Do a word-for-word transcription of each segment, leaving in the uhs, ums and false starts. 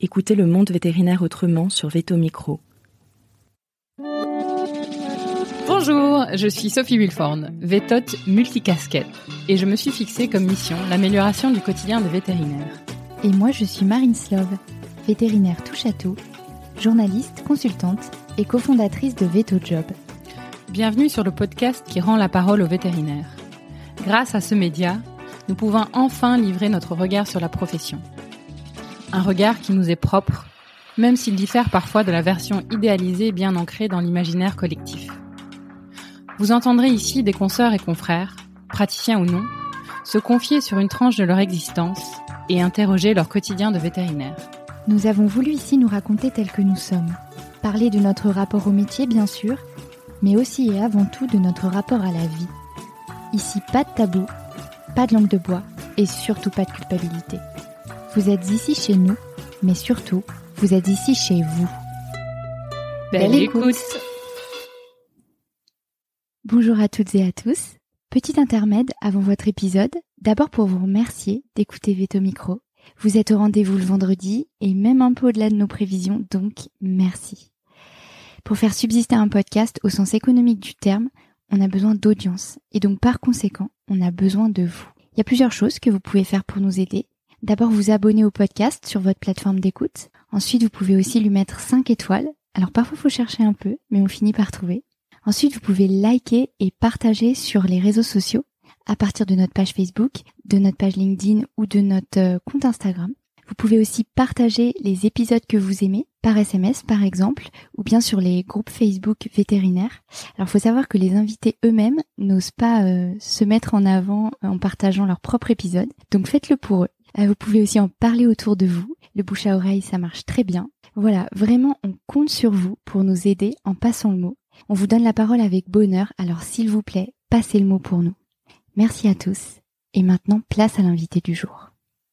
Écoutez le monde vétérinaire autrement sur Veto Micro. Bonjour, je suis Sophie Wilforn, vétote multicasquette, et je me suis fixée comme mission l'amélioration du quotidien des vétérinaires. Et moi je suis Marine Slove, vétérinaire touche-à-tout, journaliste, consultante et cofondatrice de Veto Job. Bienvenue sur le podcast qui rend la parole aux vétérinaires. Grâce à ce média, nous pouvons enfin livrer notre regard sur la profession. Un regard qui nous est propre, même s'il diffère parfois de la version idéalisée bien ancrée dans l'imaginaire collectif. Vous entendrez ici des consoeurs et confrères, praticiens ou non, se confier sur une tranche de leur existence et interroger leur quotidien de vétérinaire. Nous avons voulu ici nous raconter tels que nous sommes, parler de notre rapport au métier bien sûr, mais aussi et avant tout de notre rapport à la vie. Ici, pas de tabou, pas de langue de bois et surtout pas de culpabilité. Vous êtes ici chez nous, mais surtout, vous êtes ici chez vous. Belle, Belle écoute. écoute Bonjour à toutes et à tous. Petit intermède avant votre épisode, d'abord pour vous remercier d'écouter Veto Micro. Vous êtes au rendez-vous le vendredi et même un peu au-delà de nos prévisions, donc merci. Pour faire subsister un podcast au sens économique du terme, on a besoin d'audience et donc par conséquent, on a besoin de vous. Il y a plusieurs choses que vous pouvez faire pour nous aider. D'abord, vous abonner au podcast sur votre plateforme d'écoute. Ensuite, vous pouvez aussi lui mettre cinq étoiles. Alors parfois, il faut chercher un peu, mais on finit par trouver. Ensuite, vous pouvez liker et partager sur les réseaux sociaux à partir de notre page Facebook, de notre page LinkedIn ou de notre euh, compte Instagram. Vous pouvez aussi partager les épisodes que vous aimez par S M S par exemple, ou bien sur les groupes Facebook vétérinaires. Alors, il faut savoir que les invités eux-mêmes n'osent pas euh, se mettre en avant en partageant leur propre épisode, donc faites-le pour eux. Euh, vous pouvez aussi en parler autour de vous. Le bouche à oreille, ça marche très bien. Voilà, vraiment, on compte sur vous pour nous aider en passant le mot. On vous donne la parole avec bonheur, alors s'il vous plaît, passez le mot pour nous. Merci à tous. Et maintenant, place à l'invité du jour.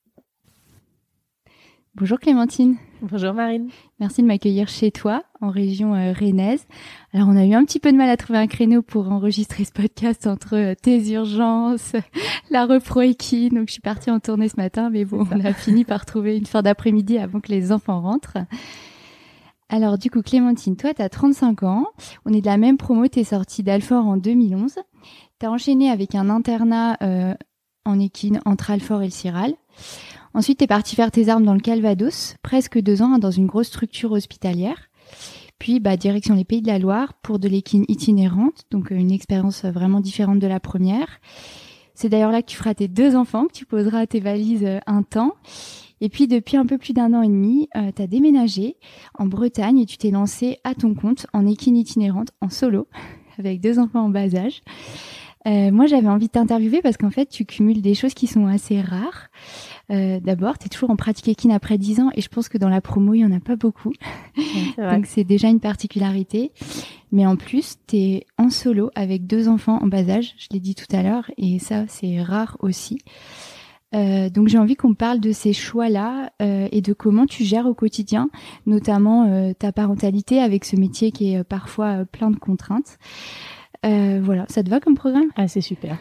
Bonjour Clémentine. Bonjour Marine. Merci de m'accueillir chez toi, en région euh, rennaise. Alors on a eu un petit peu de mal à trouver un créneau pour enregistrer ce podcast entre euh, tes urgences, la repro équine, donc je suis partie en tournée ce matin, mais bon, on a fini par trouver une fin d'après-midi avant que les enfants rentrent. Alors du coup Clémentine, toi tu as trente-cinq ans, on est de la même promo, tu es sortie d'Alfort en deux mille onze, tu as enchaîné avec un internat euh, en équine entre Alfort et le Siral. Ensuite, tu es partie faire tes armes dans le Calvados, presque deux ans hein, dans une grosse structure hospitalière. Puis, bah, direction les Pays de la Loire pour de l'équine itinérante, donc euh, une expérience vraiment différente de la première. C'est d'ailleurs là que tu feras tes deux enfants, que tu poseras tes valises euh, un temps. Et puis, depuis un peu plus d'un an et demi, euh, tu as déménagé en Bretagne et tu t'es lancée à ton compte en équine itinérante, en solo, avec deux enfants en bas âge. Euh, moi, j'avais envie de t'interviewer parce qu'en fait, tu cumules des choses qui sont assez rares. Euh, d'abord, tu es toujours en pratique équine après dix ans et je pense que dans la promo, il y en a pas beaucoup. Ouais, c'est vrai. Donc, c'est déjà une particularité. Mais en plus, tu es en solo avec deux enfants en bas âge, je l'ai dit tout à l'heure, et ça, c'est rare aussi. Euh, donc, j'ai envie qu'on parle de ces choix-là euh, et de comment tu gères au quotidien, notamment euh, ta parentalité avec ce métier qui est euh, parfois euh, plein de contraintes. Euh, voilà, ça te va comme programme ? Ah, c'est super.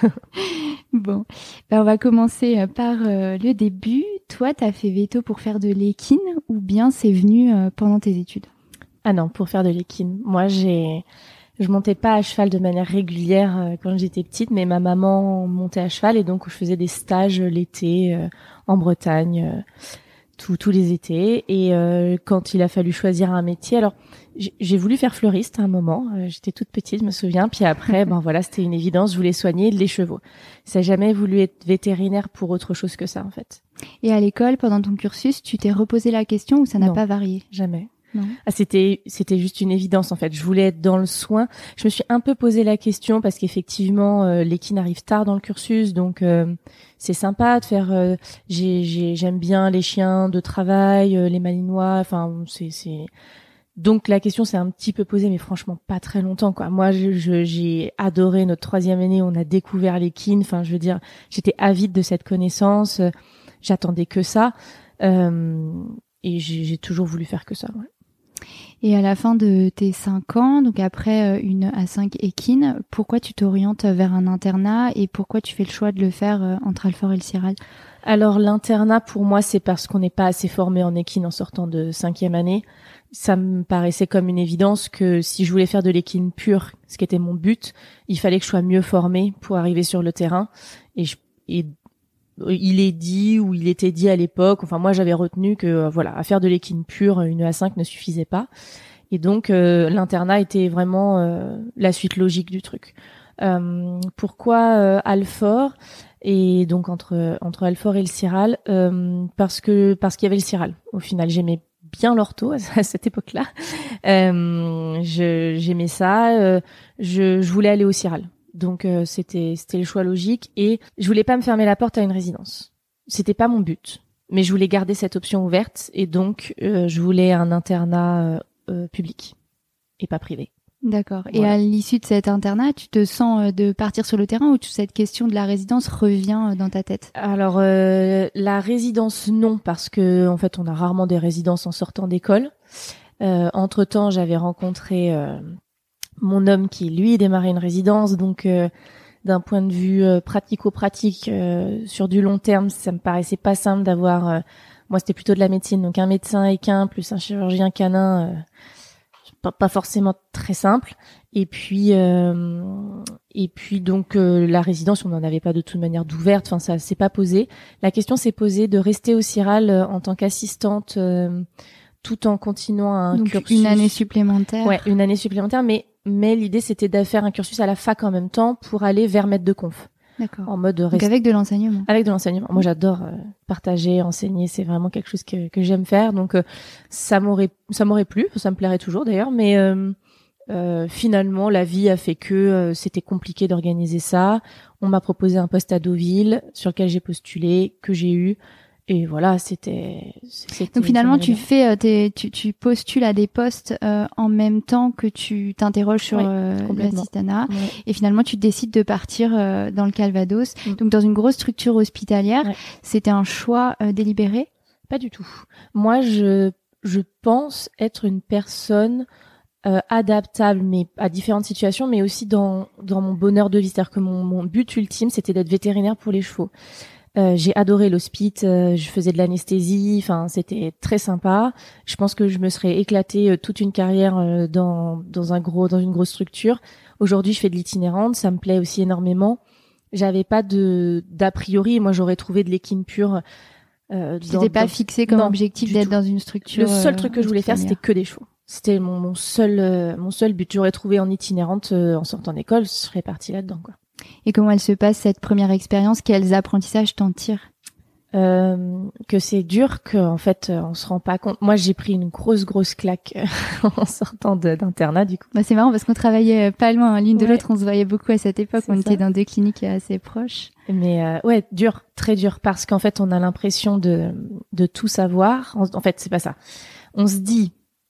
Bon, ben on va commencer par euh, le début. Toi, tu as fait veto pour faire de l'équine ou bien c'est venu euh, pendant tes études ? Ah non, pour faire de l'équine. Moi, j'ai, je montais pas à cheval de manière régulière euh, quand j'étais petite, mais ma maman montait à cheval et donc je faisais des stages l'été euh, en Bretagne, euh, tous tous les étés. Et euh, quand il a fallu choisir un métier, alors j'ai voulu faire fleuriste à un moment. Euh, j'étais toute petite, je me souviens. Puis après, ben voilà, c'était une évidence. Je voulais soigner les chevaux. Ça n'a jamais voulu être vétérinaire pour autre chose que ça, en fait. Et à l'école, pendant ton cursus, tu t'es reposé la question ou ça n'a Non, pas varié ? Jamais. Non. Ah, c'était, c'était juste une évidence, en fait. Je voulais être dans le soin. Je me suis un peu posé la question parce qu'effectivement, euh, l'équine arrive tard dans le cursus. Donc, euh, c'est sympa de faire, euh, j'ai, j'ai, j'aime bien les chiens de travail, euh, les malinois. Enfin, c'est, c'est, donc la question s'est un petit peu posée, mais franchement pas très longtemps, quoi. Moi, je, je, j'ai adoré notre troisième année, on a découvert l'équine. Enfin, je veux dire, j'étais avide de cette connaissance. Euh, j'attendais que ça, euh, et j'ai, j'ai toujours voulu faire que ça. Ouais. Et à la fin de tes cinq ans, donc après une A cinq équine, pourquoi tu t'orientes vers un internat et pourquoi tu fais le choix de le faire entre Alfort et le Siral? Alors l'internat pour moi c'est parce qu'on n'est pas assez formé en équine en sortant de cinquième année. Ça me paraissait comme une évidence que si je voulais faire de l'équine pure, ce qui était mon but, il fallait que je sois mieux formée pour arriver sur le terrain. Et, je, et il est dit ou il était dit à l'époque, enfin moi j'avais retenu que euh, voilà, à faire de l'équine pure, une A cinq ne suffisait pas. Et donc euh, l'internat était vraiment euh, la suite logique du truc. Euh, pourquoi euh, Alfort et donc entre entre Alfort et le Siral, euh, parce que parce qu'il y avait le Siral. Au final, j'aimais bien l'ortho à cette époque-là. Euh, je j'aimais ça. Euh, je je voulais aller au Siral. Donc euh, c'était c'était le choix logique et je voulais pas me fermer la porte à une résidence. C'était pas mon but, mais je voulais garder cette option ouverte et donc euh, je voulais un internat euh, euh, public et pas privé. D'accord. Voilà. Et à l'issue de cet internat, tu te sens de partir sur le terrain ou cette question de la résidence revient dans ta tête? Alors euh, la résidence non, parce que en fait on a rarement des résidences en sortant d'école. Euh, entre temps, j'avais rencontré euh, mon homme qui lui démarrait une résidence, donc euh, d'un point de vue euh, pratico-pratique euh, sur du long terme, ça me paraissait pas simple d'avoir. Euh, moi, c'était plutôt de la médecine, donc un médecin équin plus un chirurgien canin. Euh, Pas, pas forcément très simple. Et puis, euh, et puis donc euh, la résidence, on n'en avait pas de toute manière d'ouverte. Enfin, ça s'est pas posé. La question s'est posée de rester au Siral euh, en tant qu'assistante, euh, tout en continuant un donc cursus. Une année supplémentaire. Ouais, une année supplémentaire. Mais mais l'idée c'était de faire un cursus à la fac en même temps pour aller vers maître de conf. D'accord. En mode de donc avec de l'enseignement. Avec de l'enseignement. Moi, j'adore euh, partager, enseigner. C'est vraiment quelque chose que que j'aime faire. Donc, euh, ça m'aurait ça m'aurait plu. Ça me plairait toujours d'ailleurs. Mais euh, euh, finalement, la vie a fait que euh, c'était compliqué d'organiser ça. On m'a proposé un poste à Deauville sur lequel j'ai postulé, que j'ai eu. Et voilà, c'était. c'était Donc finalement, tu fais, euh, tes, tu, tu postules à des postes euh, en même temps que tu t'interroges sur oui, euh, l'assistanat, ouais. Et finalement, tu décides de partir euh, dans le Calvados. Mm. Donc dans une grosse structure hospitalière, ouais. C'était un choix euh, délibéré? Pas du tout. Moi, je je pense être une personne euh, adaptable, mais à différentes situations, mais aussi dans dans mon bonheur de vie. C'est-à-dire que mon mon but ultime, c'était d'être vétérinaire pour les chevaux. Euh, j'ai adoré l'hospice, euh, je faisais de l'anesthésie, enfin c'était très sympa. Je pense que je me serais éclatée euh, toute une carrière euh, dans dans un gros dans une grosse structure. Aujourd'hui, je fais de l'itinérante, ça me plaît aussi énormément. J'avais pas de d'a priori, moi j'aurais trouvé de l'équine pure. Euh, tu n'étais pas dans... fixé comme non, objectif d'être tout. Dans une structure. Le seul euh, truc que je voulais faire, c'était que des chevaux. C'était mon mon seul euh, mon seul but. J'aurais trouvé en itinérante euh, en sortant d'école, je serais partie là-dedans quoi. Et comment elle se passe cette première expérience? Quels apprentissages t'en tirent? euh, Que c'est dur, qu'en fait on se rend pas compte. Moi j'ai pris une grosse grosse claque en sortant de, d'internat du coup. Bah, c'est marrant parce qu'on travaillait pas loin l'une de ouais. l'autre, on se voyait beaucoup à cette époque, c'est on ça. Était dans deux cliniques assez proches. Mais euh, ouais, dur, très dur parce qu'en fait on a l'impression de de tout savoir. En, en fait c'est pas ça. On se dit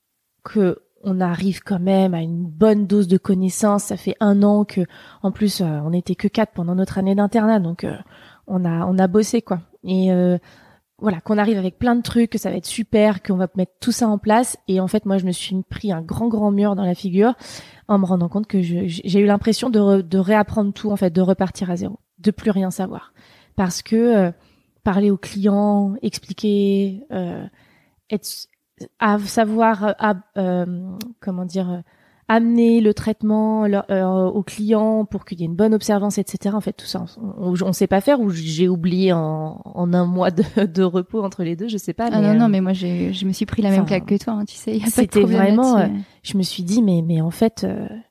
que on arrive quand même à une bonne dose de connaissances. Ça fait un an que, en plus, euh, on n'était que quatre pendant notre année d'internat, donc euh, on a on a bossé quoi. Et euh, voilà, qu'on arrive avec plein de trucs, que ça va être super, qu'on va mettre tout ça en place. Et en fait, moi, je me suis pris un grand grand mur dans la figure en me rendant compte que je, j'ai eu l'impression de re, de réapprendre tout, en fait, de repartir à zéro, de plus rien savoir, parce que euh, parler aux clients, expliquer, euh, être à savoir à, euh, comment dire amener le traitement leur, euh, aux clients pour qu'il y ait une bonne observance, et cetera. En fait, tout ça, on, on, on sait pas faire ou j'ai oublié en, en un mois de, de repos entre les deux, je sais pas. Ah mais, non, euh, non, mais moi, j'ai, je me suis pris la même claque que toi, hein, tu sais. Y a c'était pas de problème vraiment, euh, là-dessus. je me suis dit, mais, mais en fait,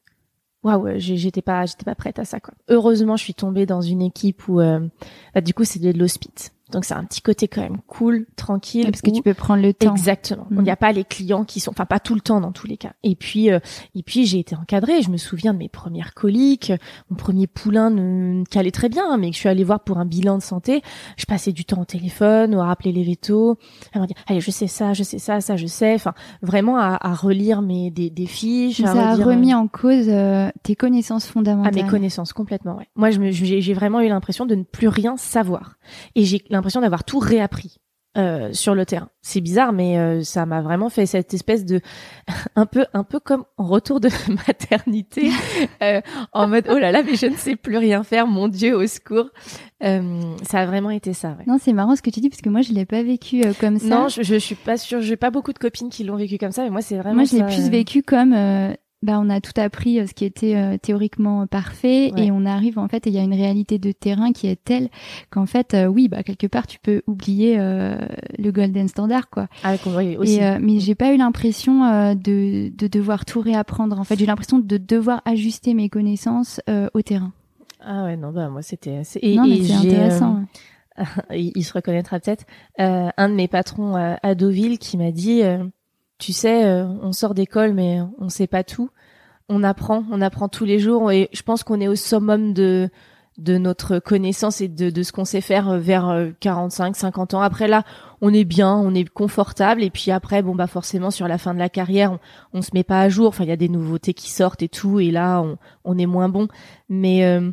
waouh, wow, j'étais pas, j'étais pas prête à ça, quoi. Heureusement, je suis tombée dans une équipe où, euh, bah, du coup, c'est de l'hospice. Donc c'est un petit côté quand même cool, tranquille. Ouais, parce que tu peux prendre le temps. Exactement. Il mmh. n'y a pas les clients qui sont, enfin pas tout le temps dans tous les cas. Et puis, euh, et puis j'ai été encadrée. Je me souviens de mes premières coliques, mon premier poulain ne, qui allait très bien, mais que je suis allée voir pour un bilan de santé. Je passais du temps au téléphone ou à rappeler les vétos, à me dire, allez, je sais ça, je sais ça, ça, je sais. Enfin, vraiment à, à relire mes des, des fiches. Mais à ça redire, a remis en cause euh, tes connaissances fondamentales. À mes connaissances complètement. Ouais. Moi, je me, j'ai, j'ai vraiment eu l'impression de ne plus rien savoir, et j'ai l'impression d'avoir tout réappris. Euh, sur le terrain. C'est bizarre, mais euh, ça m'a vraiment fait cette espèce de un peu un peu comme en retour de maternité, euh, en mode oh là là, mais je ne sais plus rien faire, mon Dieu, au secours. Euh, ça a vraiment été ça. Ouais. Non, c'est marrant ce que tu dis parce que moi je l'ai pas vécu euh, comme ça. Non, je, je suis pas sûre. J'ai pas beaucoup de copines qui l'ont vécu comme ça, mais moi c'est vraiment. Moi, je l'ai ça, plus euh... vécu comme. Euh... Bah, on a tout appris euh, ce qui était euh, théoriquement parfait ouais. Et on arrive en fait et il y a une réalité de terrain qui est telle qu'en fait euh, oui bah quelque part tu peux oublier euh, le golden standard quoi. Ah oui aussi. Et, euh, mais j'ai pas eu l'impression euh, de de devoir tout réapprendre en fait j'ai eu l'impression de devoir ajuster mes connaissances euh, au terrain. Ah ouais non bah moi c'était c'est... Et, non mais et c'est j'ai, intéressant. Euh... Ouais. Il se reconnaîtra peut-être euh, un de mes patrons euh, à Deauville qui m'a dit euh, tu sais, euh, on sort d'école, mais on sait pas tout. On apprend, on apprend tous les jours. Et je pense qu'on est au summum de de notre connaissance et de, de ce qu'on sait faire vers quarante-cinq, cinquante ans. Après là, on est bien, on est confortable. Et puis après, bon bah forcément sur la fin de la carrière, on, on se met pas à jour. Enfin, il y a des nouveautés qui sortent et tout. Et là, on, on est moins bon. Mais euh,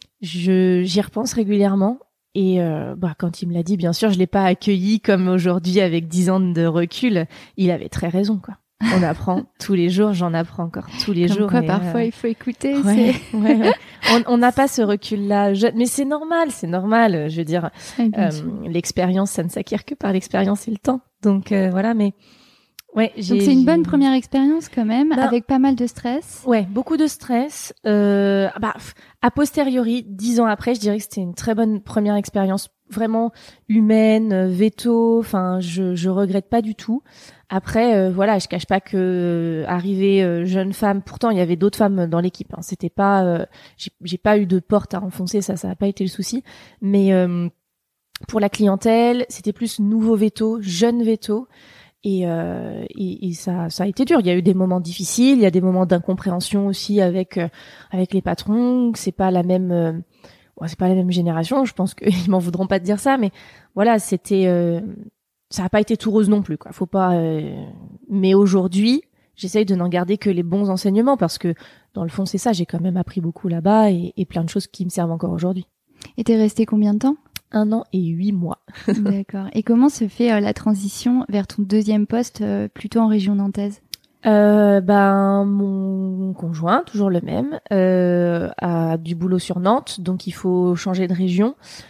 je j'y repense régulièrement. Et euh, bah quand il me l'a dit, bien sûr, je l'ai pas accueilli comme aujourd'hui avec dix ans de recul. Il avait très raison, quoi. On apprend tous les jours, j'en apprends encore tous les comme jours. Quoi, mais parfois, euh... il faut écouter. Ouais, c'est... ouais, ouais. On n'a pas ce recul-là, je... mais c'est normal, c'est normal. Je veux dire, ouais, euh, l'expérience, ça ne s'acquiert que par l'expérience et le temps. Donc euh, voilà, mais ouais. J'ai, Donc c'est une j'ai... bonne première expérience quand même, ben, avec pas mal de stress. Ouais, beaucoup de stress. Euh, bah, a posteriori, dix ans après, je dirais que c'était une très bonne première expérience, vraiment humaine, veto. Enfin, je je regrette pas du tout. Après, euh, voilà, je cache pas que euh, arrivée euh, jeune femme, pourtant il y avait d'autres femmes dans l'équipe. Hein, c'était pas, euh, j'ai, j'ai pas eu de porte à enfoncer, ça, ça a pas été le souci. Mais euh, pour la clientèle, c'était plus nouveau veto, jeune veto. Et, euh, et, et ça, ça a été dur. Il y a eu des moments difficiles, il y a des moments d'incompréhension aussi avec euh, avec les patrons. C'est pas la même, euh, ouais, c'est pas la même génération. Je pense qu'ils m'en voudront pas de dire ça, mais voilà, c'était, euh, ça a pas été tout rose non plus, quoi. Faut pas. Euh... Mais aujourd'hui, j'essaye de n'en garder que les bons enseignements parce que dans le fond, c'est ça. J'ai quand même appris beaucoup là-bas et, et plein de choses qui me servent encore aujourd'hui. Et t'es resté combien de temps? Un an et huit mois. D'accord. Et comment se fait euh, la transition vers ton deuxième poste, euh, plutôt en région nantaise? euh, Ben mon conjoint, toujours le même, euh, a du boulot sur Nantes, donc il faut changer de région.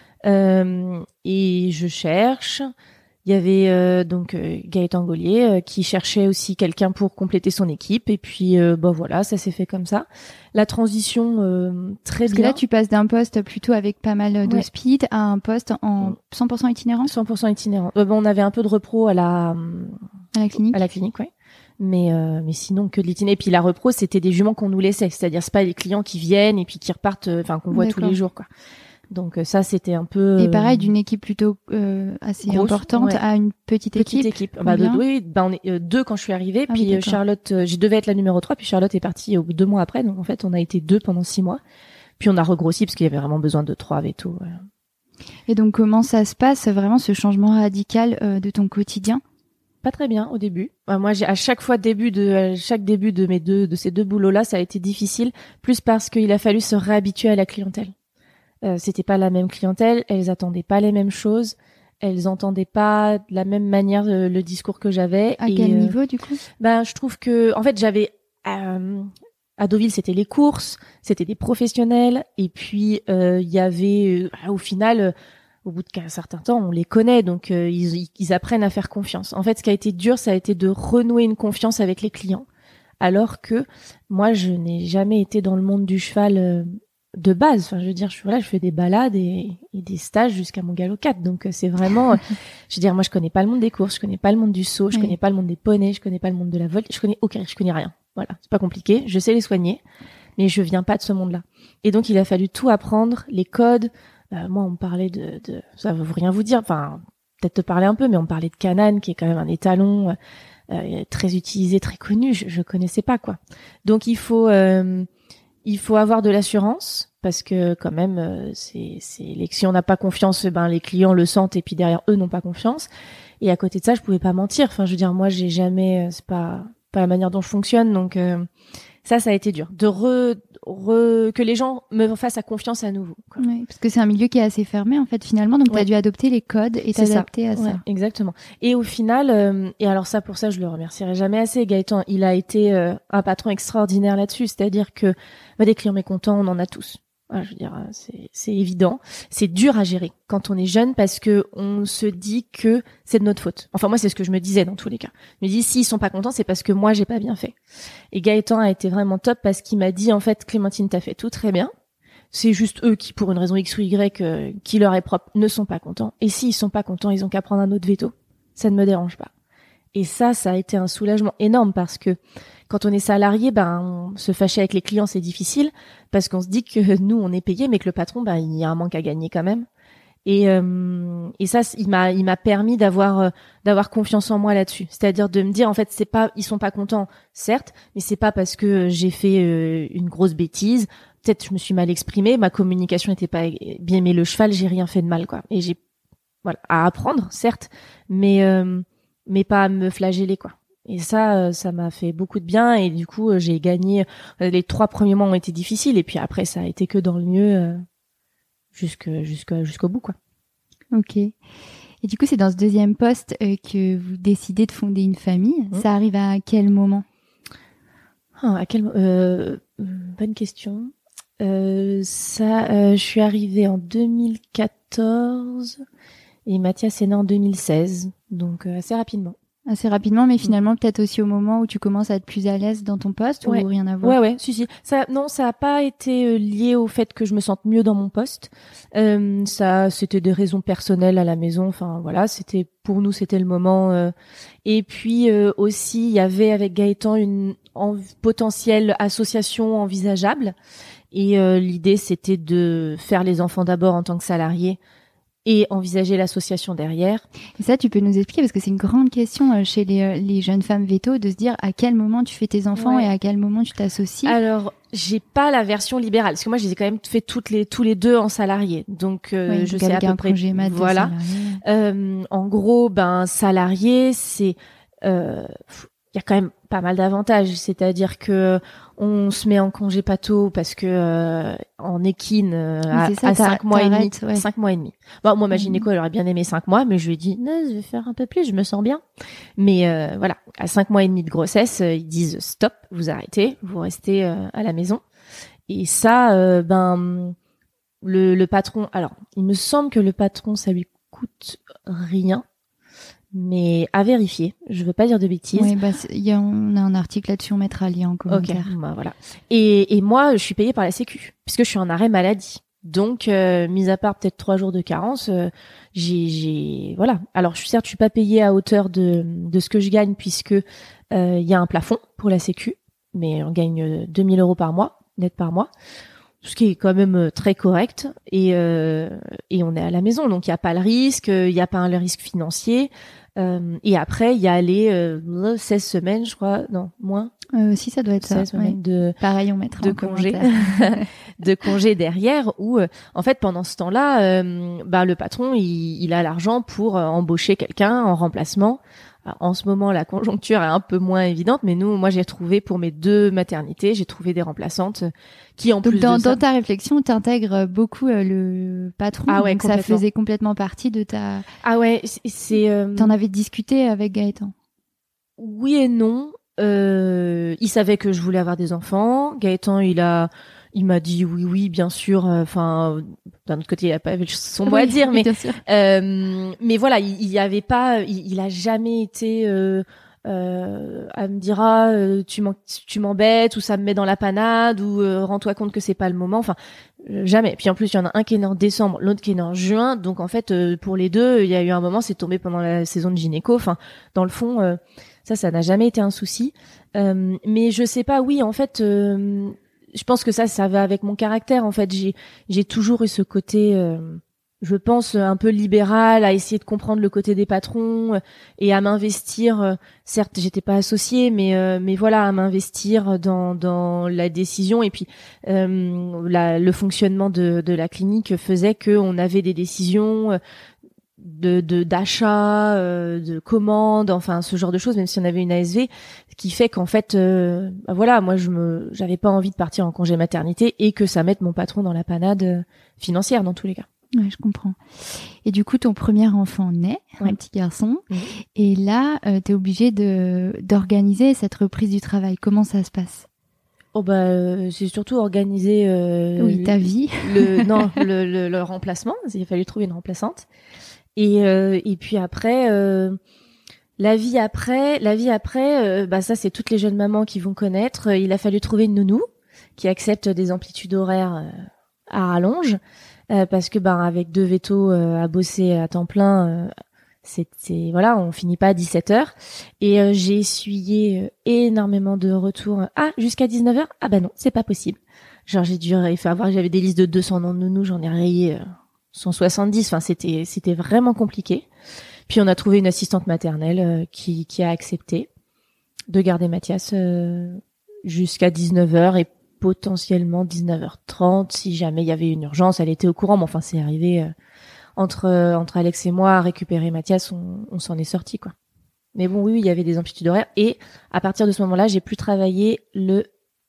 Euh, et je cherche. Il y avait euh, donc euh, Gaëtan Gaulier euh, qui cherchait aussi quelqu'un pour compléter son équipe et puis euh, bah voilà, ça s'est fait comme ça. La transition euh, très Parce bien. Que là tu passes d'un poste plutôt avec pas mal de ouais. speed à un poste en cent pour cent itinérant. cent pour cent itinérant. Euh, bon, on avait un peu de repro à la à la clinique. À la clinique, ouais. Mais euh, mais sinon que de l'itinérant. Et puis la repro, c'était des juments qu'on nous laissait, c'est-à-dire c'est pas les clients qui viennent et puis qui repartent, enfin qu'on voit D'accord. tous les jours, quoi. Donc ça c'était un peu et pareil d'une équipe plutôt euh, assez grosse, importante ouais. à une petite, petite équipe. équipe. Bah de, oui, bah on est euh, deux quand je suis arrivée, ah, puis oui, Charlotte, euh, je devais être la numéro trois, puis Charlotte est partie euh, deux mois après, donc en fait on a été deux pendant six mois. Puis on a regrossi parce qu'il y avait vraiment besoin de trois vétos. Voilà. Et donc comment ça se passe vraiment ce changement radical euh, de ton quotidien? Pas très bien au début. Bah, moi, j'ai à chaque fois début de à chaque début de mes deux de ces deux boulots là, ça a été difficile, plus parce qu'il a fallu se réhabituer à la clientèle. Euh, c'était pas la même clientèle, elles attendaient pas les mêmes choses, elles entendaient pas de la même manière euh, le discours que j'avais. À et, quel euh, niveau du coup? Ben, je trouve que, en fait, j'avais euh, à Deauville, c'était les courses, c'était des professionnels, et puis il euh, y avait, euh, au final, euh, au bout d'un certain temps, on les connaît, donc euh, ils, ils apprennent à faire confiance. En fait, ce qui a été dur, ça a été de renouer une confiance avec les clients, alors que moi, je n'ai jamais été dans le monde du cheval. Euh, de base, enfin je veux dire, je voilà, je fais des balades et, et des stages jusqu'à mon galop quatre, donc c'est vraiment, je veux dire, moi je connais pas le monde des courses, je connais pas le monde du saut, je oui. connais pas le monde des poneys, je connais pas le monde de la volte, je connais aucun, je connais rien. Voilà, c'est pas compliqué, je sais les soigner, mais je viens pas de ce monde-là. Et donc il a fallu tout apprendre, les codes. Euh, moi on me parlait de, de, ça veut rien vous dire, enfin peut-être te parler un peu, mais on me parlait de Canaan qui est quand même un étalon euh, très utilisé, très connu. Je, je connaissais pas quoi. Donc il faut euh, Il faut avoir de l'assurance parce que quand même euh, c'est c'est si on n'a pas confiance, ben les clients le sentent et puis derrière eux n'ont pas confiance. Et à côté de ça, je pouvais pas mentir. Enfin, je veux dire, moi j'ai jamais, c'est pas pas la manière dont je fonctionne, donc euh, Ça, ça a été dur. De re, re, que les gens me fassent à confiance à nouveau. Quoi. Ouais, parce que c'est un milieu qui est assez fermé, en fait, finalement. Donc, ouais. tu as dû adopter les codes et t'adapter à ça. Ouais, exactement. Et au final, euh, et alors ça, pour ça, je le remercierai jamais assez, Gaëtan. Il a été euh, un patron extraordinaire là-dessus. C'est-à-dire que bah, des clients mécontents, on en a tous. Voilà, je veux dire, c'est, c'est évident. C'est dur à gérer quand on est jeune parce que on se dit que c'est de notre faute. Enfin, moi, c'est ce que je me disais dans tous les cas. Je me dis, s'ils sont pas contents, c'est parce que moi, j'ai pas bien fait. Et Gaëtan a été vraiment top parce qu'il m'a dit, en fait, Clémentine, t'as fait tout très bien. C'est juste eux qui, pour une raison X ou Y, euh, qui leur est propre, ne sont pas contents. Et s'ils sont pas contents, ils ont qu'à prendre un autre veto. Ça ne me dérange pas. Et ça, ça a été un soulagement énorme parce que quand on est salarié, ben, on se fâcher avec les clients, c'est difficile parce qu'on se dit que nous, on est payé, mais que le patron, ben, il y a un manque à gagner quand même. Et, euh, et ça, il m'a, il m'a permis d'avoir, euh, d'avoir confiance en moi là-dessus. C'est-à-dire de me dire, en fait, c'est pas, ils sont pas contents, certes, mais c'est pas parce que j'ai fait euh, une grosse bêtise. Peut-être je me suis mal exprimée, ma communication était pas bien, mais le cheval, j'ai rien fait de mal, quoi. Et j'ai, voilà, à apprendre, certes, mais, euh, mais pas à me flageller, quoi. Et ça, ça m'a fait beaucoup de bien et du coup, j'ai gagné. Les trois premiers mois ont été difficiles et puis après, ça a été que dans le mieux euh, jusque, jusque, jusqu'au bout, quoi. Ok. Et du coup, c'est dans ce deuxième poste euh, que vous décidez de fonder une famille. Mmh. Ça arrive à quel moment ? ah, À quel euh, Bonne question. Euh, ça, euh, je suis arrivée en deux mille quatorze et Mathias est né en deux mille seize, donc euh, assez rapidement. Assez rapidement, mais finalement mmh. peut-être aussi au moment où tu commences à être plus à l'aise dans ton poste ouais. ou rien à voir. Ouais, ouais, si, si. Ça, non, ça a pas été lié au fait que je me sente mieux dans mon poste. Euh, ça, c'était des raisons personnelles à la maison. Enfin, voilà, c'était pour nous, c'était le moment. Euh... Et puis euh, aussi, il y avait avec Gaëtan une en... potentielle association envisageable. Et euh, l'idée, c'était de faire les enfants d'abord en tant que salarié. Et envisager l'association derrière. Et ça, tu peux nous expliquer parce que c'est une grande question chez les, les jeunes femmes vétos de se dire à quel moment tu fais tes enfants ouais. et à quel moment tu t'associes. Alors, j'ai pas la version libérale parce que moi, je les ai quand même fait toutes les tous les deux en salarié. Donc, euh, ouais, je sais à peu un près. Congé mat voilà. Euh, en gros, ben salarié, c'est euh, il y a quand même pas mal d'avantages, c'est-à-dire que on se met en congé pato parce que euh, en équine euh, à, ça, à cinq mois et demi, ouais. cinq mois et demi. Bon, moi ma gynéco elle aurait bien aimé cinq mois, mais je lui ai dit non, je vais faire un peu plus, je me sens bien. Mais euh, voilà, à cinq mois et demi de grossesse, euh, ils disent stop, vous arrêtez, vous restez euh, à la maison. Et ça, euh, ben le, le patron, alors il me semble que le patron ça lui coûte rien. Mais à vérifier, je veux pas dire de bêtises. Oui, bah, y a, on a un article là-dessus, on mettra un lien en commentaire. Ok, bah voilà. Et, et moi, je suis payée par la Sécu, puisque je suis en arrêt maladie. Donc, euh, mis à part peut-être trois jours de carence, euh, j'ai, j'ai, voilà. Alors, je suis certes, je suis pas payée à hauteur de de ce que je gagne, puisque euh, il y a un plafond pour la Sécu, mais on gagne deux mille euros par mois, net par mois. Ce qui est quand même très correct et euh, et on est à la maison, donc il y a pas le risque, il y a pas le risque financier. Euh, et après, il y a les euh, seize semaines, je crois, non, moins. Euh, si, ça doit être ça. seize semaines ouais. de, Pareil, on mettra de en congé, de congé derrière où, euh, en fait, pendant ce temps-là, euh, bah, le patron, il, il a l'argent pour euh, embaucher quelqu'un en remplacement. Alors, en ce moment, la conjoncture est un peu moins évidente, mais nous, moi, j'ai trouvé pour mes deux maternités, j'ai trouvé des remplaçantes qui, en donc plus dans, de ça... dans ta réflexion, tu intègres beaucoup euh, le patron. Ah ouais, donc ça faisait complètement partie de ta... Ah ouais, c'est... Euh... T'en avais discuté avec Gaëtan? Oui et non. Euh, il savait que je voulais avoir des enfants. Gaëtan, il a... Il m'a dit oui, oui, bien sûr. Enfin, euh, d'un autre côté, il a pas son mot oui, à dire, mais euh, mais voilà, il, il y avait pas, il, il a jamais été euh, euh, à me dire ah euh, tu m'en, tu m'embêtes ou ça me met dans la panade ou euh, rends-toi compte que c'est pas le moment. Enfin, euh, jamais. Puis en plus, il y en a un qui est né en décembre, l'autre qui est né en juin. Donc en fait, euh, pour les deux, il y a eu un moment, c'est tombé pendant la saison de gynéco. Enfin, dans le fond, euh, ça, ça n'a jamais été un souci. Euh, mais je sais pas. Oui, en fait. Euh, Je pense que ça, ça va avec mon caractère. En fait, j'ai, j'ai toujours eu ce côté, euh, je pense, un peu libéral, à essayer de comprendre le côté des patrons euh, et à m'investir. Euh, certes, j'étais pas associée, mais euh, mais voilà, à m'investir dans dans la décision. Et puis, euh, la, le fonctionnement de de la clinique faisait que on avait des décisions. Euh, de, de d'achat, euh, de commandes, enfin ce genre de choses, même si on avait une A S V, ce qui fait qu'en fait, euh, bah voilà, moi je me, j'avais pas envie de partir en congé maternité et que ça mette mon patron dans la panade financière dans tous les cas. Ouais, je comprends. Et du coup, ton premier enfant naît, ouais. un petit garçon, mmh. et là, euh, t'es obligé de d'organiser cette reprise du travail. Comment ça se passe? Oh bah euh, c'est surtout organiser. Euh, oui, ta vie. Le non, le, le, le remplacement. Il a fallu trouver une remplaçante. Et euh, et puis après euh, la vie après la vie après euh, bah ça c'est toutes les jeunes mamans qui vont connaître. Il a fallu trouver une nounou qui accepte des amplitudes horaires euh, à rallonge euh, parce que bah avec deux vétos euh, à bosser à temps plein euh, c'est c'est voilà, on finit pas à dix-sept heures et euh, j'ai essuyé euh, énormément de retours ah jusqu'à dix-neuf heures. Ah bah non, c'est pas possible. Genre j'ai dû il faut avoir j'avais des listes de deux cents noms de nounous, j'en ai rayé euh, cent soixante-dix, enfin c'était c'était vraiment compliqué. Puis on a trouvé une assistante maternelle euh, qui qui a accepté de garder Mathias euh, jusqu'à dix-neuf heures et potentiellement dix-neuf heures trente si jamais il y avait une urgence, elle était au courant, mais enfin c'est arrivé euh, entre euh, entre Alex et moi à récupérer Mathias, on, on s'en est sorti quoi. Mais bon oui, oui, il y avait des amplitudes horaires et à partir de ce moment-là, j'ai pu travailler le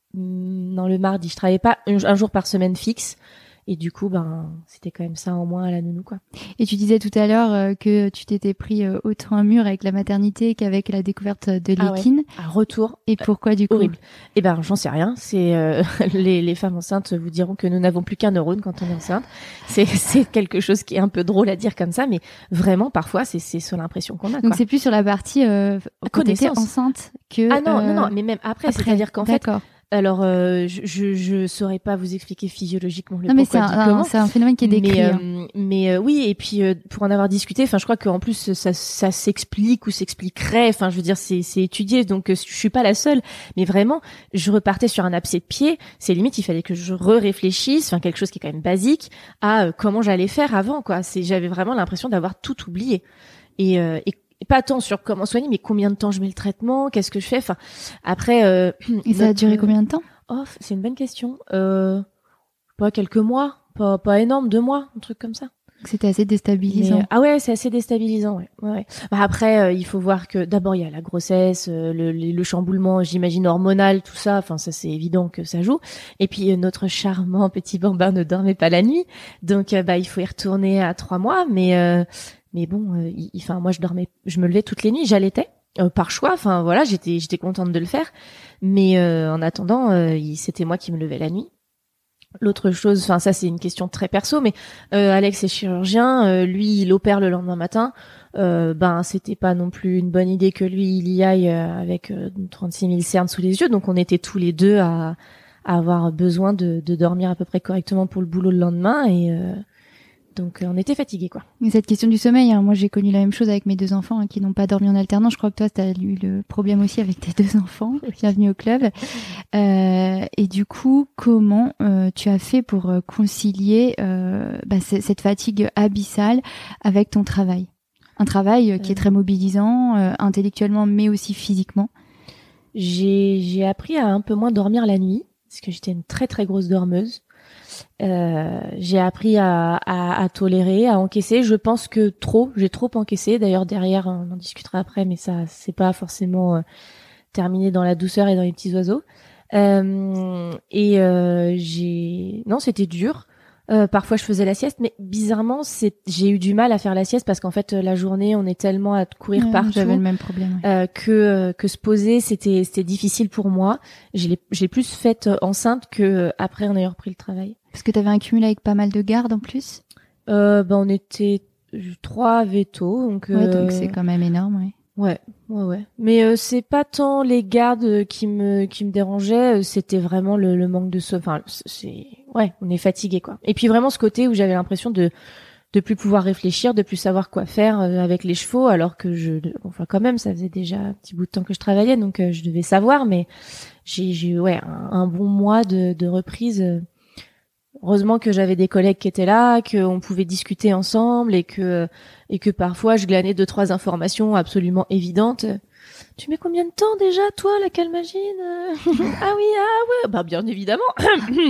non le mardi, je travaillais pas un, un jour par semaine fixe. Et du coup, ben, c'était quand même ça en moins à la nounou, quoi. Et tu disais tout à l'heure euh, que tu t'étais pris euh, autant un mur avec la maternité qu'avec la découverte de l'équine. Ah ouais. À retour. Et pourquoi du coup? Horrible. Eh ben, j'en sais rien. C'est euh, les, les femmes enceintes vous diront que nous n'avons plus qu'un neurone quand on est enceinte. C'est c'est quelque chose qui est un peu drôle à dire comme ça, mais vraiment parfois c'est c'est sur l'impression qu'on a. Donc quoi. c'est plus sur la partie euh, quand t'étais enceinte que. Ah non euh, non non, mais même après, après c'est-à-dire qu'en fait. Alors, euh, je, je je saurais pas vous expliquer physiologiquement le non, mais pourquoi c'est du un, comment. Un, c'est un phénomène qui est décrit. Mais, hein. euh, mais euh, oui, et puis euh, pour en avoir discuté, enfin, je crois qu'en plus ça ça s'explique ou s'expliquerait. Enfin, je veux dire, c'est c'est étudié, donc euh, je suis pas la seule. Mais vraiment, je repartais sur un abcès de pied. C'est limite, il fallait que je re-réfléchisse, enfin quelque chose qui est quand même basique, à euh, comment j'allais faire avant, quoi. C'est j'avais vraiment l'impression d'avoir tout oublié. Et, euh, et Et pas tant sur comment soigner, mais combien de temps je mets le traitement, qu'est-ce que je fais. Enfin, après. Euh, Et ça a duré combien de temps? Oh, c'est une bonne question. Euh, pas quelques mois, pas pas énorme, deux mois, un truc comme ça. C'était assez déstabilisant. Mais, ah ouais, c'est assez déstabilisant, ouais. ouais, ouais. Bah après, euh, il faut voir que d'abord il y a la grossesse, euh, le, le chamboulement, j'imagine hormonal, tout ça. Enfin, ça c'est évident que ça joue. Et puis euh, notre charmant petit bambin ne dormait pas la nuit, donc euh, bah il faut y retourner à trois mois. Mais euh, mais bon, euh, enfin moi je dormais, je me levais toutes les nuits, j'allaitais. Euh, par choix, enfin voilà, j'étais j'étais contente de le faire, mais euh, en attendant, euh, c'était moi qui me levais la nuit. L'autre chose, enfin ça c'est une question très perso, mais euh, Alex est chirurgien, euh, lui il opère le lendemain matin, euh, ben c'était pas non plus une bonne idée que lui il y aille euh, avec euh, trente-six mille cernes sous les yeux, donc on était tous les deux à, à avoir besoin de, de dormir à peu près correctement pour le boulot le lendemain et euh, donc euh, on était fatigués quoi. Et cette question du sommeil, hein, moi j'ai connu la même chose avec mes deux enfants hein, qui n'ont pas dormi en alternance. Je crois que toi tu as eu le problème aussi avec tes deux enfants. Bienvenue au club. Euh, et du coup, comment euh, tu as fait pour euh, concilier euh, bah, c- cette fatigue abyssale avec ton travail? Un travail euh, qui est très mobilisant, euh, intellectuellement mais aussi physiquement. J'ai j'ai appris à un peu moins dormir la nuit parce que j'étais une très très grosse dormeuse. Euh, j'ai appris à, à, à tolérer, à encaisser. Je pense que trop, j'ai trop encaissé. D'ailleurs derrière, on en discutera après, mais ça, c'est pas forcément euh, terminé dans la douceur et dans les petits oiseaux. Euh, et euh, j'ai, non, c'était dur. Euh, parfois, je faisais la sieste, mais bizarrement, c'est, j'ai eu du mal à faire la sieste parce qu'en fait, la journée, on est tellement à courir ouais, partout. J'avais le même problème. Ouais. Euh, que euh, que se poser, c'était c'était difficile pour moi. Je l'ai j'ai plus faite enceinte que euh, après en ayant repris le travail. Parce que t'avais un cumul avec pas mal de gardes en plus. Euh, ben on était trois vétos, donc. Ouais, euh... donc c'est quand même énorme, ouais. Ouais, ouais, ouais. Mais euh, c'est pas tant les gardes qui me qui me dérangeaient, c'était vraiment le, le manque de sommeil. Enfin, c'est ouais, on est fatigué quoi. Et puis vraiment ce côté où j'avais l'impression de de plus pouvoir réfléchir, de plus savoir quoi faire avec les chevaux, alors que je, enfin quand même, ça faisait déjà un petit bout de temps que je travaillais, donc je devais savoir. Mais j'ai j'ai eu ouais un, un bon mois de de reprise. Heureusement que j'avais des collègues qui étaient là, qu'on pouvait discuter ensemble et que et que parfois je glanais deux trois informations absolument évidentes. Tu mets combien de temps déjà toi la calmagine? Ah oui, ah ouais, bah bien évidemment.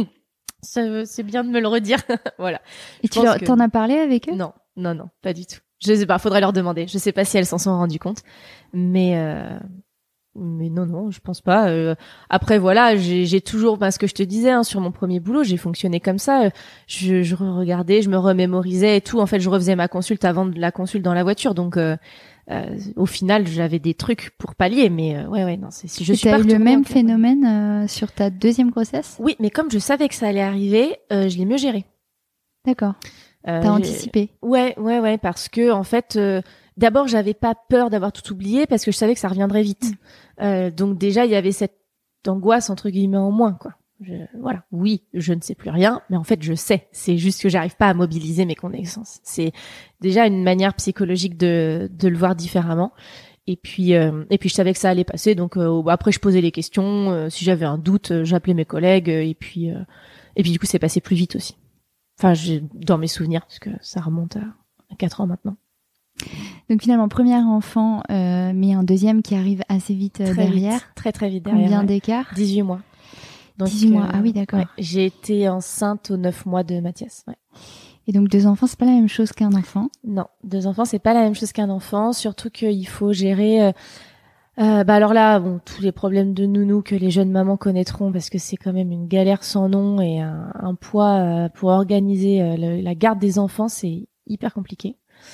Ça, c'est bien de me le redire. Voilà. Et tu leur, que... t'en as parlé avec eux? Non, non, non, pas du tout. Je sais pas, faudrait leur demander. Je sais pas si elles s'en sont rendues compte, mais euh, mais non non, je pense pas. Euh, après voilà, j'ai j'ai toujours, parce que je te disais hein, sur mon premier boulot, j'ai fonctionné comme ça. Je je regardais, je me remémorisais et tout. En fait, je refaisais ma consulte avant de la consulte dans la voiture, donc euh, euh, au final, j'avais des trucs pour pallier. Mais euh, ouais ouais non, c'est si je et suis t'as pas eu le même en... phénomène euh, sur ta deuxième grossesse? Oui, mais comme je savais que ça allait arriver, euh, je l'ai mieux géré. D'accord. Euh, T'as anticipé. Ouais, ouais, ouais, parce que en fait, euh, d'abord, j'avais pas peur d'avoir tout oublié parce que je savais que ça reviendrait vite. Mmh. Euh, donc déjà, il y avait cette angoisse entre guillemets en moins, quoi. Je, voilà. Oui, je ne sais plus rien, mais en fait, je sais. C'est juste que j'arrive pas à mobiliser mes connaissances. C'est déjà une manière psychologique de de le voir différemment. Et puis, euh, et puis, je savais que ça allait passer. Donc euh, après, je posais les questions. Euh, si j'avais un doute, euh, j'appelais mes collègues. Euh, et puis, euh, et puis du coup, c'est passé plus vite aussi. Enfin, j'ai dans mes souvenirs, parce que ça remonte à, à quatre ans maintenant. Donc finalement, premier enfant, euh, mais un deuxième qui arrive assez vite euh, très derrière. Vite, très très vite derrière. Combien ouais. d'écart? dix-huit mois. Donc, dix-huit mois, euh, ah oui, d'accord. Ouais, j'ai été enceinte aux neuf mois de Mathias. Ouais. Et donc deux enfants, c'est pas la même chose qu'un enfant? Non, deux enfants, c'est pas la même chose qu'un enfant, surtout qu'il faut gérer... Euh, Euh, bah alors là, bon, tous les problèmes de nounou que les jeunes mamans connaîtront, parce que c'est quand même une galère sans nom et un, un poids euh, pour organiser euh, le, la garde des enfants, c'est hyper compliqué.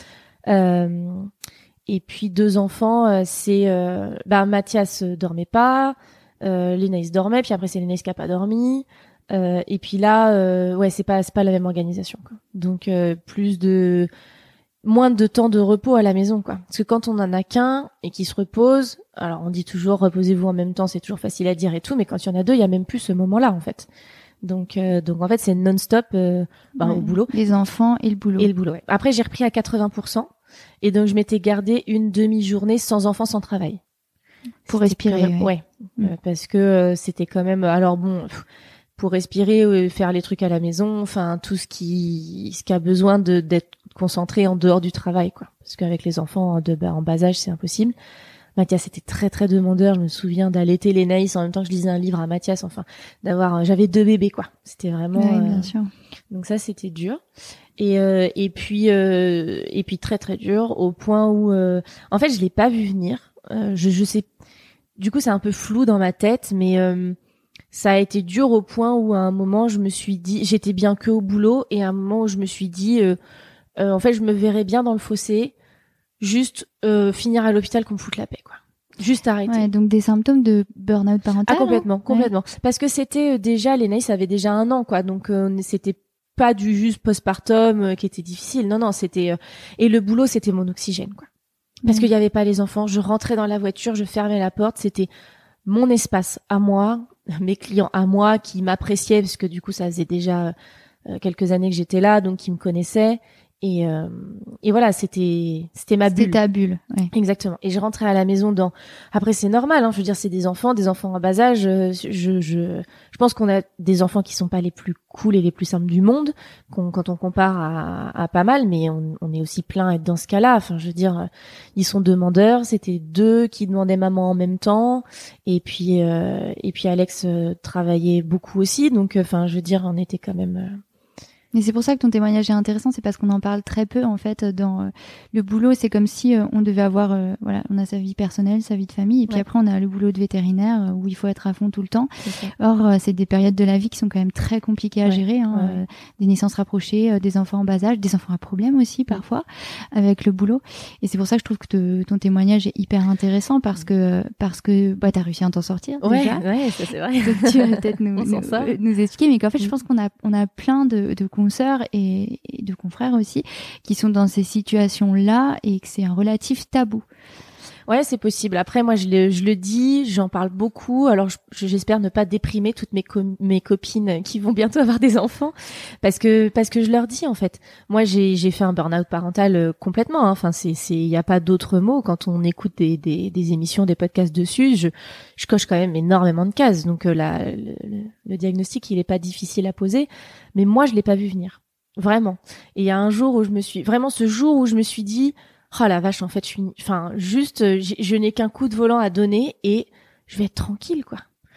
Euh, et puis deux enfants, euh, c'est euh, bah Mathias dormait pas, euh, Lénaïs dormait, puis après c'est Lénaïs qui a pas dormi. Euh, et puis là, euh, ouais, c'est pas c'est pas la même organisation, quoi. Donc euh, plus de moins de temps de repos à la maison, quoi. Parce que quand on en a qu'un et qu'il se repose, alors on dit toujours reposez-vous en même temps, c'est toujours facile à dire et tout, mais quand il y en a deux, il y a même plus ce moment-là en fait. Donc euh, donc en fait c'est non-stop euh, bah, ouais, au boulot. Les enfants et le boulot. Et le boulot. Ouais. Après j'ai repris à quatre-vingts pour cent et donc je m'étais gardé une demi-journée sans enfants, sans travail. Pour C'était respirer. Même, ouais. ouais. Mmh. Euh, parce que euh, c'était quand même. Alors bon. Pff, pour respirer, euh, faire les trucs à la maison, enfin tout ce qui ce qui a besoin de d'être concentré en dehors du travail, quoi. Parce qu'avec les enfants de bah, en bas âge, c'est impossible. Mathias était très très demandeur. Je me souviens d'allaiter Lénaïs en même temps que je lisais un livre à Mathias. Enfin, d'avoir, j'avais deux bébés, quoi. C'était vraiment. Ouais, euh... bien sûr. Donc ça, c'était dur. Et euh, et puis euh, et puis très très dur au point où, euh... en fait, je l'ai pas vu venir. Euh, je je sais. Du coup, c'est un peu flou dans ma tête, mais euh... ça a été dur au point où à un moment je me suis dit, j'étais bien que au boulot et à un moment où je me suis dit, euh, euh, en fait je me verrais bien dans le fossé, juste euh, finir à l'hôpital qu'on me foute la paix, quoi. Juste arrêter. Ouais, donc des symptômes de burn-out parental. Ah complètement, hein complètement. Ouais. Parce que c'était euh, déjà, Lénaïs avait déjà un an, quoi. Donc euh, c'était pas du juste postpartum euh, qui était difficile. Non, non, c'était euh... et le boulot c'était mon oxygène, quoi. Parce Ouais. qu'il y avait pas les enfants. Je rentrais dans la voiture, je fermais la porte, c'était mon espace à moi, mes clients à moi qui m'appréciaient parce que du coup ça faisait déjà euh, quelques années que j'étais là, donc qui me connaissaient et euh, et voilà, c'était c'était ma bulle. C'était ta bulle. Ouais. Exactement. Et je rentrais à la maison dans. Après c'est normal, hein, je veux dire c'est des enfants, des enfants en bas âge. Je je je, je pense qu'on a des enfants qui sont pas les plus cool et les plus simples du monde, qu'on, quand on compare à, à pas mal, mais on, on est aussi plein à être dans ce cas-là. Enfin, je veux dire, ils sont demandeurs. C'était deux qui demandaient maman en même temps, et puis euh, et puis Alex euh, travaillait beaucoup aussi, donc enfin, je veux dire, on était quand même. Euh... Mais c'est pour ça que ton témoignage est intéressant, c'est parce qu'on en parle très peu en fait dans euh, le boulot. C'est comme si euh, on devait avoir, euh, voilà, on a sa vie personnelle, sa vie de famille, et puis ouais. après on a le boulot de vétérinaire euh, où il faut être à fond tout le temps. Or, euh, c'est des périodes de la vie qui sont quand même très compliquées à ouais. gérer, hein, ouais. euh, des naissances rapprochées, euh, des enfants en bas âge, des enfants à problème aussi parfois ouais. avec le boulot. Et c'est pour ça que je trouve que te, ton témoignage est hyper intéressant parce que parce que bah t'as réussi à t'en sortir ouais, déjà. Ouais, ça c'est vrai. Donc tu vas peut-être nous, nous, nous expliquer, mais qu'en fait, je pense qu'on a on a plein de, de consoeurs et, et de confrères aussi qui sont dans ces situations-là et que c'est un relatif tabou. Ouais, c'est possible. Après, moi, je le, je le dis, j'en parle beaucoup. Alors, je, j'espère ne pas déprimer toutes mes co- mes copines qui vont bientôt avoir des enfants, parce que parce que je leur dis en fait. Moi, j'ai j'ai fait un burn-out parental euh, complètement. Hein. Enfin, c'est c'est il y a pas d'autre mot quand on écoute des des des émissions, des podcasts dessus. Je je coche quand même énormément de cases. Donc euh, la le, le diagnostic, il est pas difficile à poser, mais moi, je l'ai pas vu venir. Vraiment. Et il y a un jour où je me suis vraiment ce jour où je me suis dit oh la vache, en fait, je suis, enfin, juste, je, je n'ai qu'un coup de volant à donner et je vais être tranquille, quoi.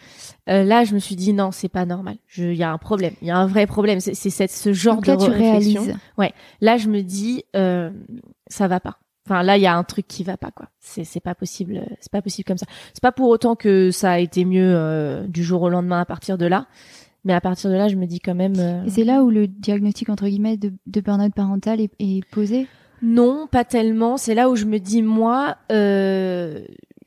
Euh, là, je me suis dit non, c'est pas normal. Il y a un problème, il y a un vrai problème. C'est, c'est cette, ce genre Donc là, de tu réflexion. réalises. Ouais. Là, je me dis euh, ça va pas. Enfin, là, il y a un truc qui va pas, quoi. C'est, c'est pas possible. C'est pas possible comme ça. C'est pas pour autant que ça a été mieux euh, du jour au lendemain à partir de là. Mais à partir de là, je me dis quand même. Euh... Et c'est là où le diagnostic entre guillemets de, de burn-out parental est, est posé. Non, pas tellement. C'est là où je me dis moi, euh,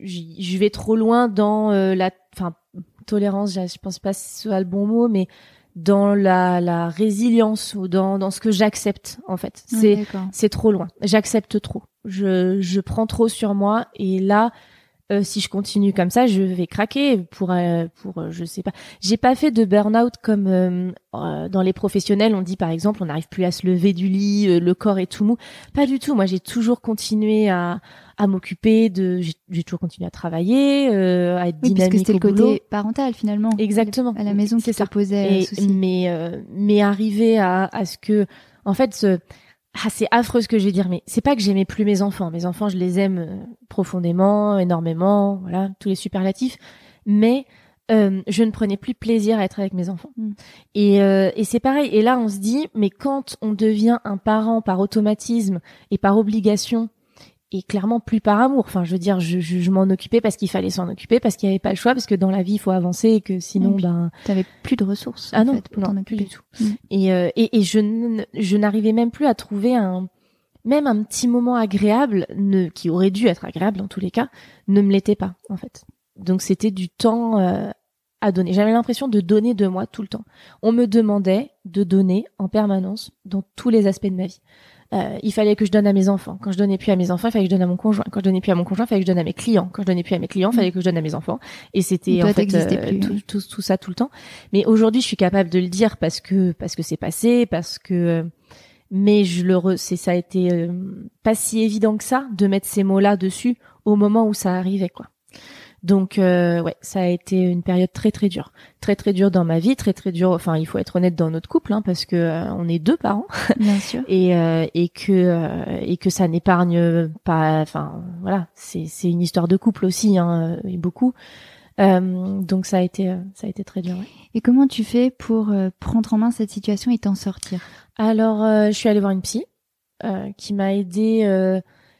je vais trop loin dans euh, la, enfin, tolérance. Je pense pas que ce soit le bon mot, mais dans la, la résilience ou dans, dans ce que j'accepte en fait. C'est, Ouais, d'accord. c'est trop loin. J'accepte trop. Je, je prends trop sur moi et là. Euh, si je continue comme ça, je vais craquer pour euh, pour euh, je sais pas. J'ai pas fait de burn-out comme euh, euh, dans les professionnels. On dit par exemple, on n'arrive plus à se lever du lit, euh, le corps est tout mou. Pas du tout. Moi, j'ai toujours continué à à m'occuper de. J'ai, j'ai toujours continué à travailler, euh, à être Oui, parce dynamique que c'était au le boulot. côté parental finalement. Exactement. À la maison qui c'est te ça. posait Et, souci. mais euh, mais arriver à à ce que en fait ce Ah, c'est affreux ce que je vais dire, mais c'est pas que j'aimais plus mes enfants. Mes enfants, je les aime euh, profondément, énormément, voilà, tous les superlatifs. Mais euh, je ne prenais plus plaisir à être avec mes enfants. Mm. Et, euh, et c'est pareil. Et là, on se dit, mais quand on devient un parent par automatisme et par obligation, et clairement plus par amour. Enfin, je veux dire, je, je, je m'en occupais parce qu'il fallait s'en occuper, parce qu'il n'y avait pas le choix, parce que dans la vie, il faut avancer et que sinon, Oui, ben... T'avais plus de ressources, Ah en non, fait, pour non, t'en plus occuper. du tout. Mm. Et, euh, et, et je, n- je n'arrivais même plus à trouver un... Même un petit moment agréable, ne, qui aurait dû être agréable dans tous les cas, ne me l'était pas, en fait. Donc, c'était du temps euh, à donner. J'avais l'impression de donner de moi tout le temps. On me demandait de donner en permanence dans tous les aspects de ma vie. Euh, il fallait que je donne à mes enfants. Quand je donnais plus à mes enfants, il fallait que je donne à mon conjoint. Quand je donnais plus à mon conjoint, il fallait que je donne à mes clients. Quand je donnais plus à mes clients, il fallait que je donne à mes enfants. Et c'était Toi, en fait t'existais euh, plus, tout, oui. tout, tout ça tout le temps. Mais aujourd'hui, je suis capable de le dire parce que parce que c'est passé, parce que. euh, mais je le re... c'est ça a été euh, pas si évident que ça de mettre ces mots-là dessus au moment où ça arrivait, quoi. Donc euh, ouais, ça a été une période très très dure, très très dure dans ma vie, très très dure. Enfin, il faut être honnête dans notre couple, hein, parce que euh, on est deux parents Bien sûr. et euh, et que euh, et que ça n'épargne pas. Enfin voilà, c'est c'est une histoire de couple aussi, hein, et beaucoup. Euh, donc ça a été euh, ça a été très dur. Ouais. Et comment tu fais pour euh, prendre en main cette situation et t'en sortir? Alors euh, je suis allée voir une psy euh, qui m'a aidée euh,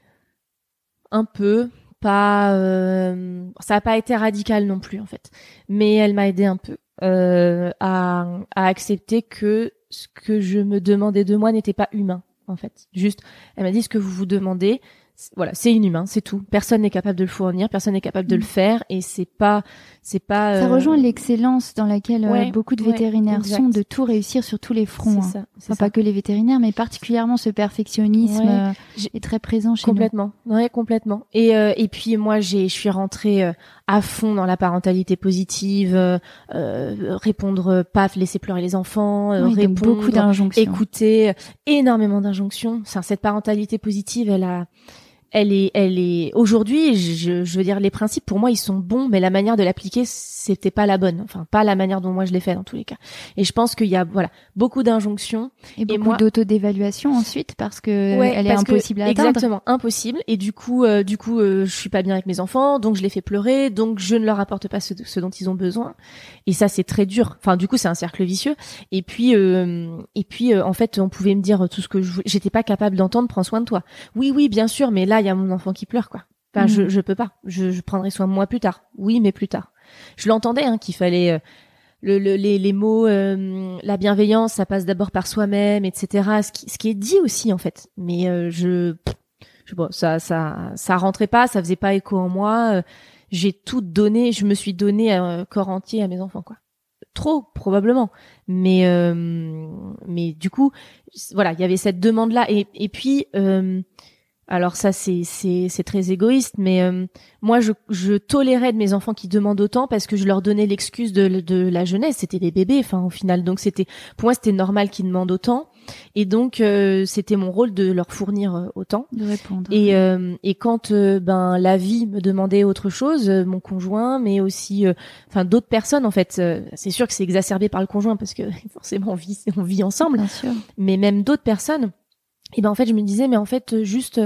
un peu. Pas, euh, ça n'a pas été radical non plus en fait, mais elle m'a aidé un peu euh, à, à accepter que ce que je me demandais de moi n'était pas humain en fait. Juste, elle m'a dit ce que vous vous demandez, c'est- voilà, c'est inhumain, c'est tout. Personne n'est capable de le fournir, personne n'est capable de le faire, et c'est pas, c'est pas. Ça euh, rejoint l'excellence dans laquelle euh, ouais, beaucoup de ouais, vétérinaires exact. sont, de tout réussir sur tous les fronts. C'est hein. ça, c'est Enfin, ça. pas que les vétérinaires, mais particulièrement ce perfectionnisme Ouais. euh, J'ai- est très présent chez Complètement, ouais, complètement. Et euh, et puis moi, j'ai, je suis rentrée euh, à fond dans la parentalité positive, euh, euh, répondre, euh, paf, laisser pleurer les enfants, euh, nous. Oui, donc répondre, beaucoup d'injonctions. écouter, énormément d'injonctions. Enfin, cette parentalité positive, elle a, elle est, elle est. Aujourd'hui, je, je veux dire, les principes pour moi, ils sont bons, mais la manière de l'appliquer, c'était pas la bonne. Enfin, pas la manière dont moi je l'ai fait dans tous les cas. Et je pense qu'il y a, voilà, beaucoup d'injonctions. Et beaucoup moi- d'autodévaluation ensuite, parce que Ouais, elle est parce que- impossible à atteindre. Exactement, impossible. Et du coup, euh, du coup, euh, je suis pas bien avec mes enfants, donc je les fais pleurer, donc je ne leur apporte pas ce, ce dont ils ont besoin. Et ça, c'est très dur. Enfin, du coup, c'est un cercle vicieux. Et puis, euh, et puis, euh, en fait, on pouvait me dire tout ce que je voulais. J'étais pas capable d'entendre. Prends soin de toi. Oui, oui, bien sûr, mais là, il y a mon enfant qui pleure, quoi. Enfin, Mm. je, je peux pas. Je, je prendrai soin de moi plus tard. Oui, mais plus tard. Je l'entendais, hein, qu'il fallait. Euh, Le, le, les, les mots, euh, la bienveillance, ça passe d'abord par soi-même, et cetera. Ce qui, ce qui est dit aussi en fait. Mais euh, je, je sais pas, ça, ça, ça rentrait pas, ça faisait pas écho en moi. Euh, j'ai tout donné, je me suis donné un corps entier à mes enfants, quoi. Trop probablement, mais euh, mais du coup, voilà, il y avait cette demande là, et et puis. Euh, Alors ça c'est c'est c'est très égoïste, mais euh, moi je je tolérais de mes enfants qui demandent autant parce que je leur donnais l'excuse de de la jeunesse, c'était des bébés, enfin au final, donc c'était pour moi c'était normal qu'ils demandent autant, et donc euh, c'était mon rôle de leur fournir euh, autant. De répondre. Et euh, et quand euh, ben la vie me demandait autre chose, euh, mon conjoint, mais aussi euh, enfin d'autres personnes en fait, euh, c'est sûr que c'est exacerbé par le conjoint parce que forcément on vit on vit ensemble, Bien sûr. mais même d'autres personnes. Et ben en fait je me disais mais en fait juste euh,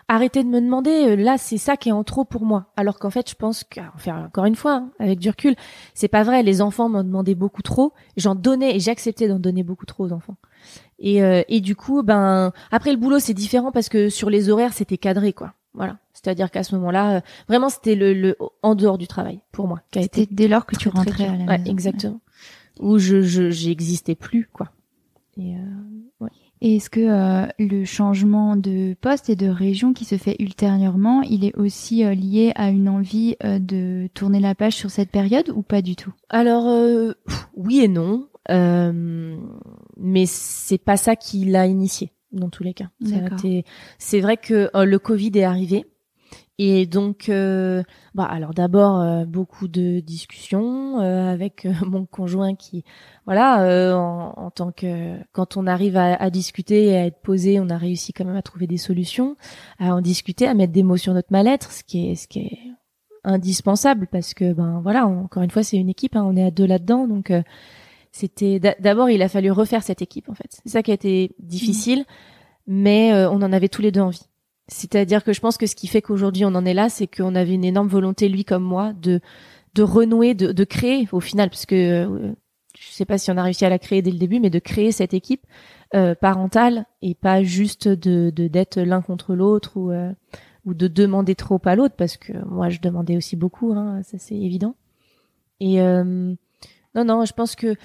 arrêtez de me demander, là c'est ça qui est en trop pour moi. Alors qu'en fait je pense que, enfin encore une fois, hein, avec du recul, c'est pas vrai. Les enfants m'en demandaient beaucoup trop, j'en donnais et j'acceptais d'en donner beaucoup trop aux enfants. Et, euh, et du coup, ben après le boulot c'est différent parce que sur les horaires c'était cadré quoi. Voilà, c'est-à-dire qu'à ce moment-là, euh, vraiment c'était le, le en dehors du travail pour moi. Qui a C'était été dès lors que très, tu rentrais très, à la ouais, maison. exactement. Ouais. Où je je j'existais plus quoi. Et euh, ouais. Et est-ce que euh, le changement de poste et de région qui se fait ultérieurement, il est aussi euh, lié à une envie euh, de tourner la page sur cette période ou pas du tout? Alors euh, oui et non, euh, mais c'est pas ça qui l'a initié dans tous les cas. Ça a été... C'est vrai que euh, le Covid est arrivé. Et donc, euh, bah alors d'abord euh, beaucoup de discussions euh, avec euh, mon conjoint qui, voilà, euh, en, en tant que quand on arrive à, à discuter et à être posé, on a réussi quand même à trouver des solutions, à en discuter, à mettre des mots sur notre mal-être, ce qui est ce qui est indispensable parce que ben voilà, on, encore une fois c'est une équipe, hein, on est à deux là-dedans, donc euh, c'était d'abord il a fallu refaire cette équipe en fait. C'est ça qui a été difficile, mmh. mais euh, on en avait tous les deux envie. C'est-à-dire que je pense que ce qui fait qu'aujourd'hui on en est là, c'est qu'on avait une énorme volonté, lui comme moi, de de renouer, de, de créer au final, parce que euh, je sais pas si on a réussi à la créer dès le début, mais de créer cette équipe euh, parentale et pas juste de de d'être l'un contre l'autre ou euh, ou de demander trop à l'autre, parce que moi je demandais aussi beaucoup, hein, ça c'est évident. Et euh, non non, je pense que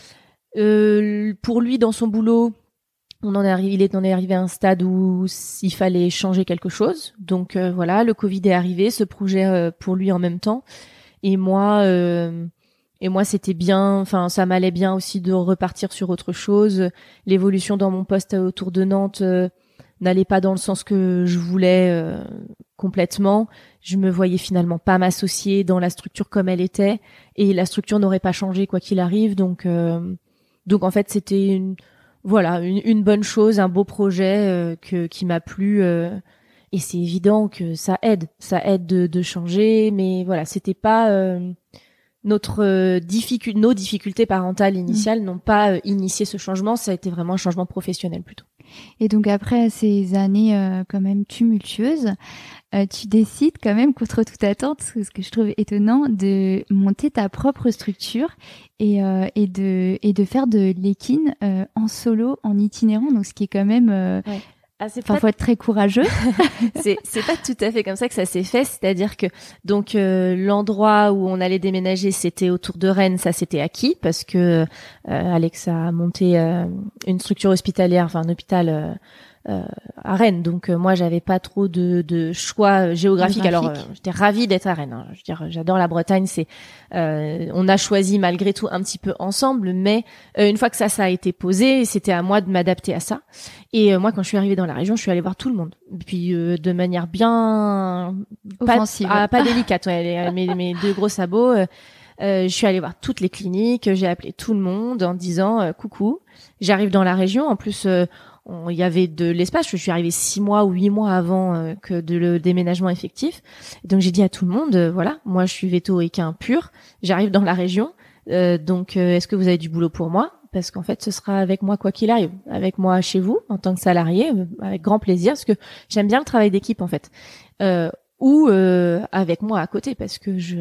euh, pour lui dans son boulot, on en est arrivé, il est en est arrivé à un stade où il fallait changer quelque chose. Donc euh, voilà, le Covid est arrivé, ce projet euh, pour lui en même temps. Et moi, euh, et moi c'était bien. Enfin, ça m'allait bien aussi de repartir sur autre chose. L'évolution dans mon poste autour de Nantes euh, n'allait pas dans le sens que je voulais euh, complètement. Je me voyais finalement pas m'associer dans la structure comme elle était, et la structure n'aurait pas changé quoi qu'il arrive. Donc, euh, donc en fait, c'était une Voilà, une, une bonne chose, un beau projet euh, que, qui m'a plu. Euh, et c'est évident que ça aide, ça aide de, de changer. Mais voilà, c'était pas euh, notre euh, difficulté, nos difficultés parentales initiales mmh. n'ont pas euh, initié ce changement. Ça a été vraiment un changement professionnel plutôt. Et donc après ces années euh, quand même tumultueuses, euh, tu décides quand même contre toute attente, ce que je trouve étonnant, de monter ta propre structure et euh, et de et de faire de l'équine euh, en solo, en itinérant, donc ce qui est quand même euh, ouais. ah, c'est parfois pas... très courageux. c'est c'est pas tout à fait comme ça que ça s'est fait, c'est-à-dire que donc euh, l'endroit où on allait déménager, c'était autour de Rennes, ça c'était acquis parce que euh, Alex a monté euh, une structure hospitalière, enfin un hôpital euh, Euh, à Rennes, donc euh, moi j'avais pas trop de, de choix géographique. Alors euh, j'étais ravie d'être à Rennes, hein. Je veux dire, j'adore la Bretagne, c'est euh, on a choisi malgré tout un petit peu ensemble, mais euh, une fois que ça ça a été posé, c'était à moi de m'adapter à ça. Et euh, moi quand je suis arrivée dans la région, je suis allée voir tout le monde, puis euh, de manière bien offensive, pas, ah, pas délicate, ouais, les, mes, mes deux gros sabots. Euh, Euh, je suis allée voir toutes les cliniques, j'ai appelé tout le monde en disant euh, coucou, j'arrive dans la région. En plus, euh, il y avait de l'espace. Je suis arrivée six mois ou huit mois avant euh, que de le déménagement effectif. Et donc j'ai dit à tout le monde, euh, voilà, moi je suis véto-équin pur, j'arrive dans la région, euh, donc euh, est-ce que vous avez du boulot pour moi? Parce qu'en fait, ce sera avec moi quoi qu'il arrive, avec moi chez vous en tant que salarié, euh, avec grand plaisir, parce que j'aime bien le travail d'équipe en fait, euh, ou euh, avec moi à côté, parce que je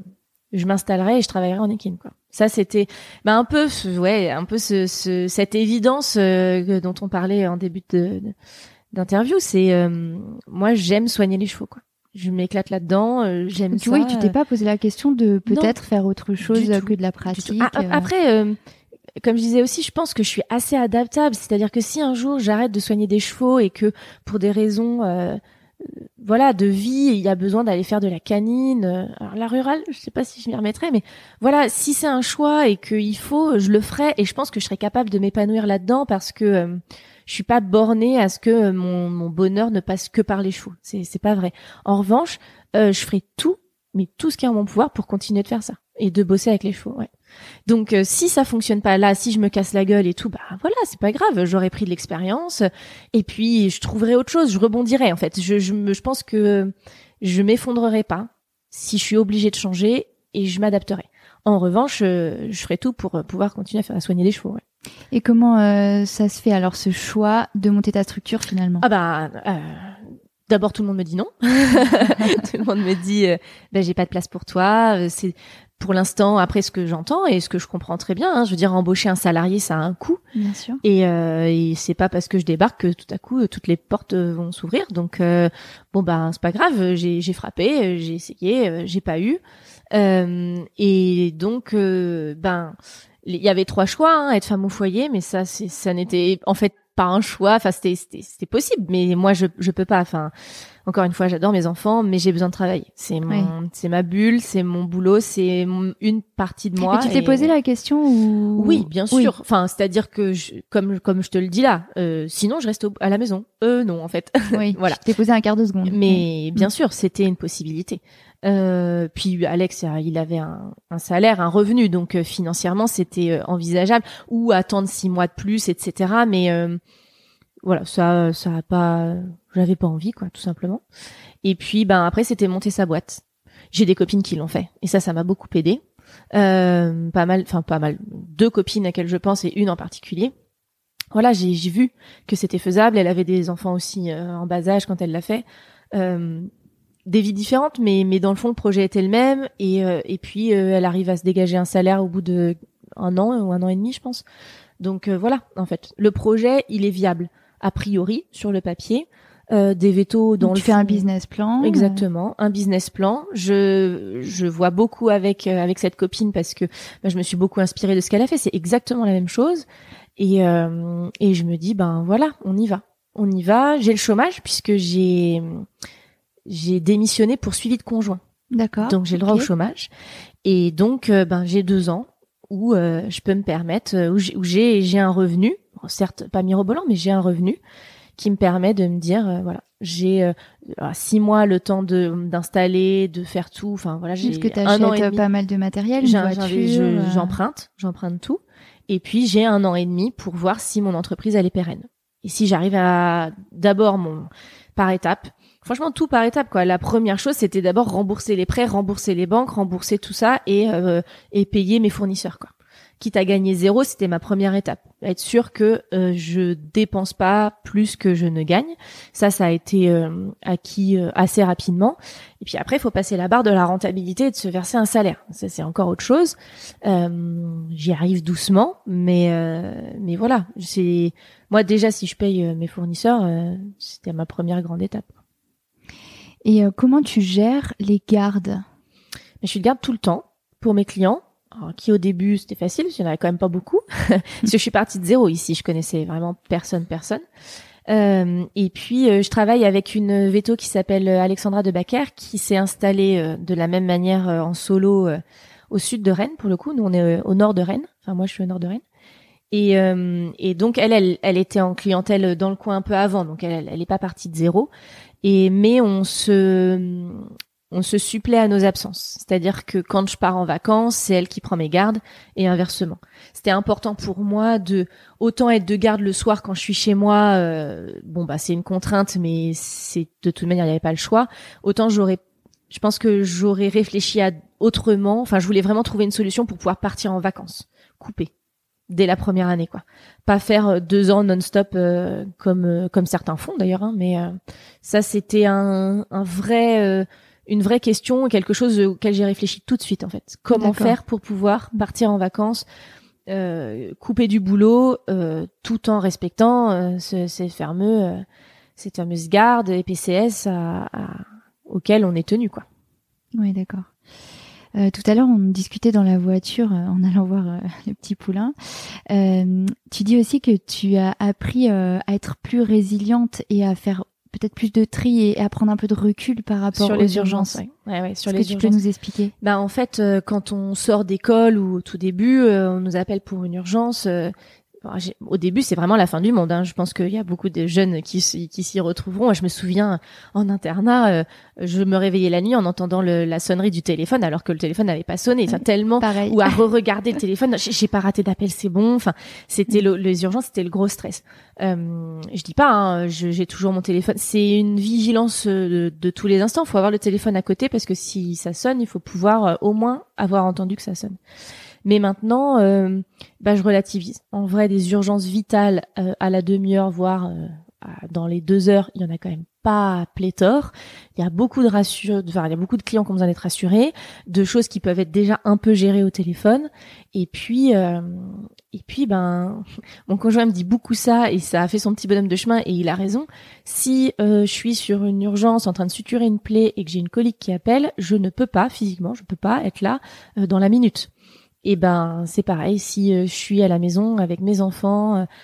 je m'installerai et je travaillerai en équine, quoi. Ça, c'était bah, un peu, ouais, un peu ce, ce, cette évidence euh, dont on parlait en début de, de, d'interview. C'est euh, moi, j'aime soigner les chevaux, quoi. Je m'éclate là-dedans, euh, j'aime tu ça. Oui, tu t'es pas posé la question de peut-être non, faire autre chose que de la pratique. Ah, après, euh, comme je disais aussi, je pense que je suis assez adaptable. C'est-à-dire que si un jour j'arrête de soigner des chevaux et que pour des raisons euh, voilà, de vie, il y a besoin d'aller faire de la canine. Alors la rurale, je sais pas si je m'y remettrai, mais voilà, si c'est un choix et qu'il faut, je le ferai, et je pense que je serai capable de m'épanouir là-dedans parce que euh, je suis pas bornée à ce que mon, mon bonheur ne passe que par les chevaux. C'est c'est pas vrai. En revanche, euh, je ferai tout, mais tout ce qui est en mon pouvoir pour continuer de faire ça et de bosser avec les chevaux. Ouais. Donc euh, si ça fonctionne pas là, si je me casse la gueule et tout, bah voilà, c'est pas grave, j'aurais pris de l'expérience et puis je trouverai autre chose, je rebondirai en fait. Je je me je pense que je m'effondrerai pas si je suis obligée de changer et je m'adapterai. En revanche, euh, je ferai tout pour pouvoir continuer à faire à soigner les chevaux. Ouais. Et comment euh, ça se fait alors ce choix de monter ta structure finalement? Ah bah euh, d'abord tout le monde me dit non. Tout le monde me dit euh, ben j'ai pas de place pour toi. Euh, c'est pour l'instant, après ce que j'entends et ce que je comprends très bien, hein, je veux dire, embaucher un salarié, ça a un coût. Bien sûr. Et, euh, et c'est pas parce que je débarque que tout à coup euh, toutes les portes euh, vont s'ouvrir. Donc euh, bon ben c'est pas grave, j'ai, j'ai frappé, j'ai essayé, euh, j'ai pas eu. Euh, et donc euh, ben il y avait trois choix, hein, être femme au foyer, mais ça c'est ça n'était en fait pas un choix. Enfin c'était c'était, c'était possible, mais moi je je peux pas. Enfin encore une fois, j'adore mes enfants, mais j'ai besoin de travailler. C'est mon, oui. c'est ma bulle, c'est mon boulot, c'est mon, une partie de moi. Et tu t'es et... posé la question ou... Oui, bien sûr. Oui. Enfin, c'est-à-dire que je, comme comme je te le dis là, euh, sinon je reste au, à la maison. Euh, non, en fait. Oui. Voilà. Tu t'es posé un quart de seconde. Mais oui. bien sûr, c'était une possibilité. Euh, puis Alex, il avait un, un salaire, un revenu, donc euh, financièrement, c'était euh, envisageable. Ou attendre six mois de plus, et cetera. Mais euh, voilà, ça, ça a pas. J'avais pas envie, quoi, tout simplement. Et puis, ben après, c'était monter sa boîte. J'ai des copines qui l'ont fait, et ça, ça m'a beaucoup aidé. Euh, pas mal, enfin pas mal. Deux copines à quelles je pense et une en particulier. Voilà, j'ai, j'ai vu que c'était faisable. Elle avait des enfants aussi euh, en bas âge quand elle l'a fait. Euh, des vies différentes, mais mais dans le fond, le projet était le même. Et euh, et puis, euh, elle arrive à se dégager un salaire au bout de un an ou un an et demi, je pense. Donc euh, voilà, en fait, le projet, il est viable a priori sur le papier. Euh, des vétos dans Donc le tu fais fond. un business plan. Exactement, euh... un business plan. Je je vois beaucoup avec euh, avec cette copine parce que bah, je me suis beaucoup inspirée de ce qu'elle a fait. C'est exactement la même chose. Et euh, et je me dis ben voilà, on y va, on y va. J'ai le chômage puisque j'ai j'ai démissionné pour suivi de conjoint. D'accord. Donc j'ai le droit okay. au chômage. Et donc euh, ben j'ai deux ans où euh, je peux me permettre où j'ai où j'ai, j'ai un revenu, bon, certes pas mirobolant, mais j'ai un revenu qui me permet de me dire euh, voilà, j'ai euh, six mois le temps de d'installer, de faire tout. Enfin voilà, j'ai Parce que un an et t'achètes demi. pas mal de matériel, J'ai, une voiture. je, euh... j'emprunte, j'emprunte tout. Et puis j'ai un an et demi pour voir si mon entreprise elle est pérenne. Et si j'arrive à d'abord mon par étapes. Franchement, tout par étapes, quoi. La première chose, c'était d'abord rembourser les prêts, rembourser les banques, rembourser tout ça et euh, et payer mes fournisseurs, quoi. Quitte à gagner zéro, c'était ma première étape. Être sûr que euh, je dépense pas plus que je ne gagne. Ça, ça a été euh, acquis euh, assez rapidement. Et puis après, il faut passer la barre de la rentabilité et de se verser un salaire. Ça, c'est encore autre chose. Euh, j'y arrive doucement, mais euh, mais voilà. C'est moi déjà, si je paye mes fournisseurs, euh, c'était ma première grande étape. Et euh, comment tu gères les gardes ? Mais je garde tout le temps pour mes clients. Alors, qui au début c'était facile, parce qu'il n'y en avait quand même pas beaucoup, parce que je suis partie de zéro ici, je connaissais vraiment personne, personne. Euh, et puis euh, je travaille avec une véto qui s'appelle Alexandra de Backer, qui s'est installée euh, de la même manière euh, en solo euh, au sud de Rennes pour le coup. Nous on est euh, au nord de Rennes, enfin moi je suis au nord de Rennes. Et, euh, et donc elle, elle, elle était en clientèle dans le coin un peu avant, donc elle, elle est pas partie de zéro. Et mais on se on se supplée à nos absences. C'est-à-dire que quand je pars en vacances, c'est elle qui prend mes gardes et inversement. C'était important pour moi de autant être de garde le soir quand je suis chez moi. Euh, bon bah c'est une contrainte, mais c'est de toute manière il n'y avait pas le choix. Autant j'aurais, je pense que j'aurais réfléchi à autrement. Enfin, je voulais vraiment trouver une solution pour pouvoir partir en vacances, couper dès la première année, quoi. Pas faire deux ans non-stop euh, comme euh, comme certains font d'ailleurs, hein, mais euh, ça c'était un un vrai euh, une vraie question, quelque chose auquel j'ai réfléchi tout de suite en fait. Comment D'accord. faire pour pouvoir partir en vacances, euh, couper du boulot, euh, tout en respectant euh, ce, ces fameux, euh, cette fameuse garde et P C S à, à, auxquelles on est tenu, quoi. Oui, d'accord. Euh, tout à l'heure, on discutait dans la voiture euh, en allant voir euh, le petit poulain. Euh, tu dis aussi que tu as appris euh, à être plus résiliente et à faire peut-être plus de tri et à prendre un peu de recul par rapport sur aux les urgences. urgences. Ouais. Ouais, ouais, sur Est-ce les que tu urgences. peux nous expliquer ? Bah en fait, euh, quand on sort d'école ou au tout début, euh, on nous appelle pour une urgence. Euh, Au début, c'est vraiment la fin du monde. Hein. Je pense qu'il y a beaucoup de jeunes qui, qui s'y retrouveront. Je me souviens, en internat, euh, je me réveillais la nuit en entendant le, la sonnerie du téléphone, alors que le téléphone n'avait pas sonné. Enfin, tellement, Pareil. Ou à re-regarder le téléphone. J'ai, j'ai pas raté d'appel, c'est bon. Enfin, c'était le, les urgences, c'était le gros stress. Euh, je dis pas, hein, je, j'ai toujours mon téléphone. C'est une vigilance de, de tous les instants. Il faut avoir le téléphone à côté parce que si ça sonne, il faut pouvoir euh, au moins avoir entendu que ça sonne. Mais maintenant, euh, bah, je relativise. En vrai, des urgences vitales euh, à la demi-heure, voire euh, dans les deux heures, il y en a quand même pas pléthore. Il y a beaucoup de rassure, enfin, il y a beaucoup de clients qui ont besoin d'être rassurés, de choses qui peuvent être déjà un peu gérées au téléphone. Et puis, euh, et puis, ben, mon conjoint me dit beaucoup ça et ça a fait son petit bonhomme de chemin et il a raison. Si euh, je suis sur une urgence en train de suturer une plaie et que j'ai une colique qui appelle, je ne peux pas physiquement, je peux pas être là euh, dans la minute. Et ben c'est pareil si euh, je suis à la maison avec mes enfants euh,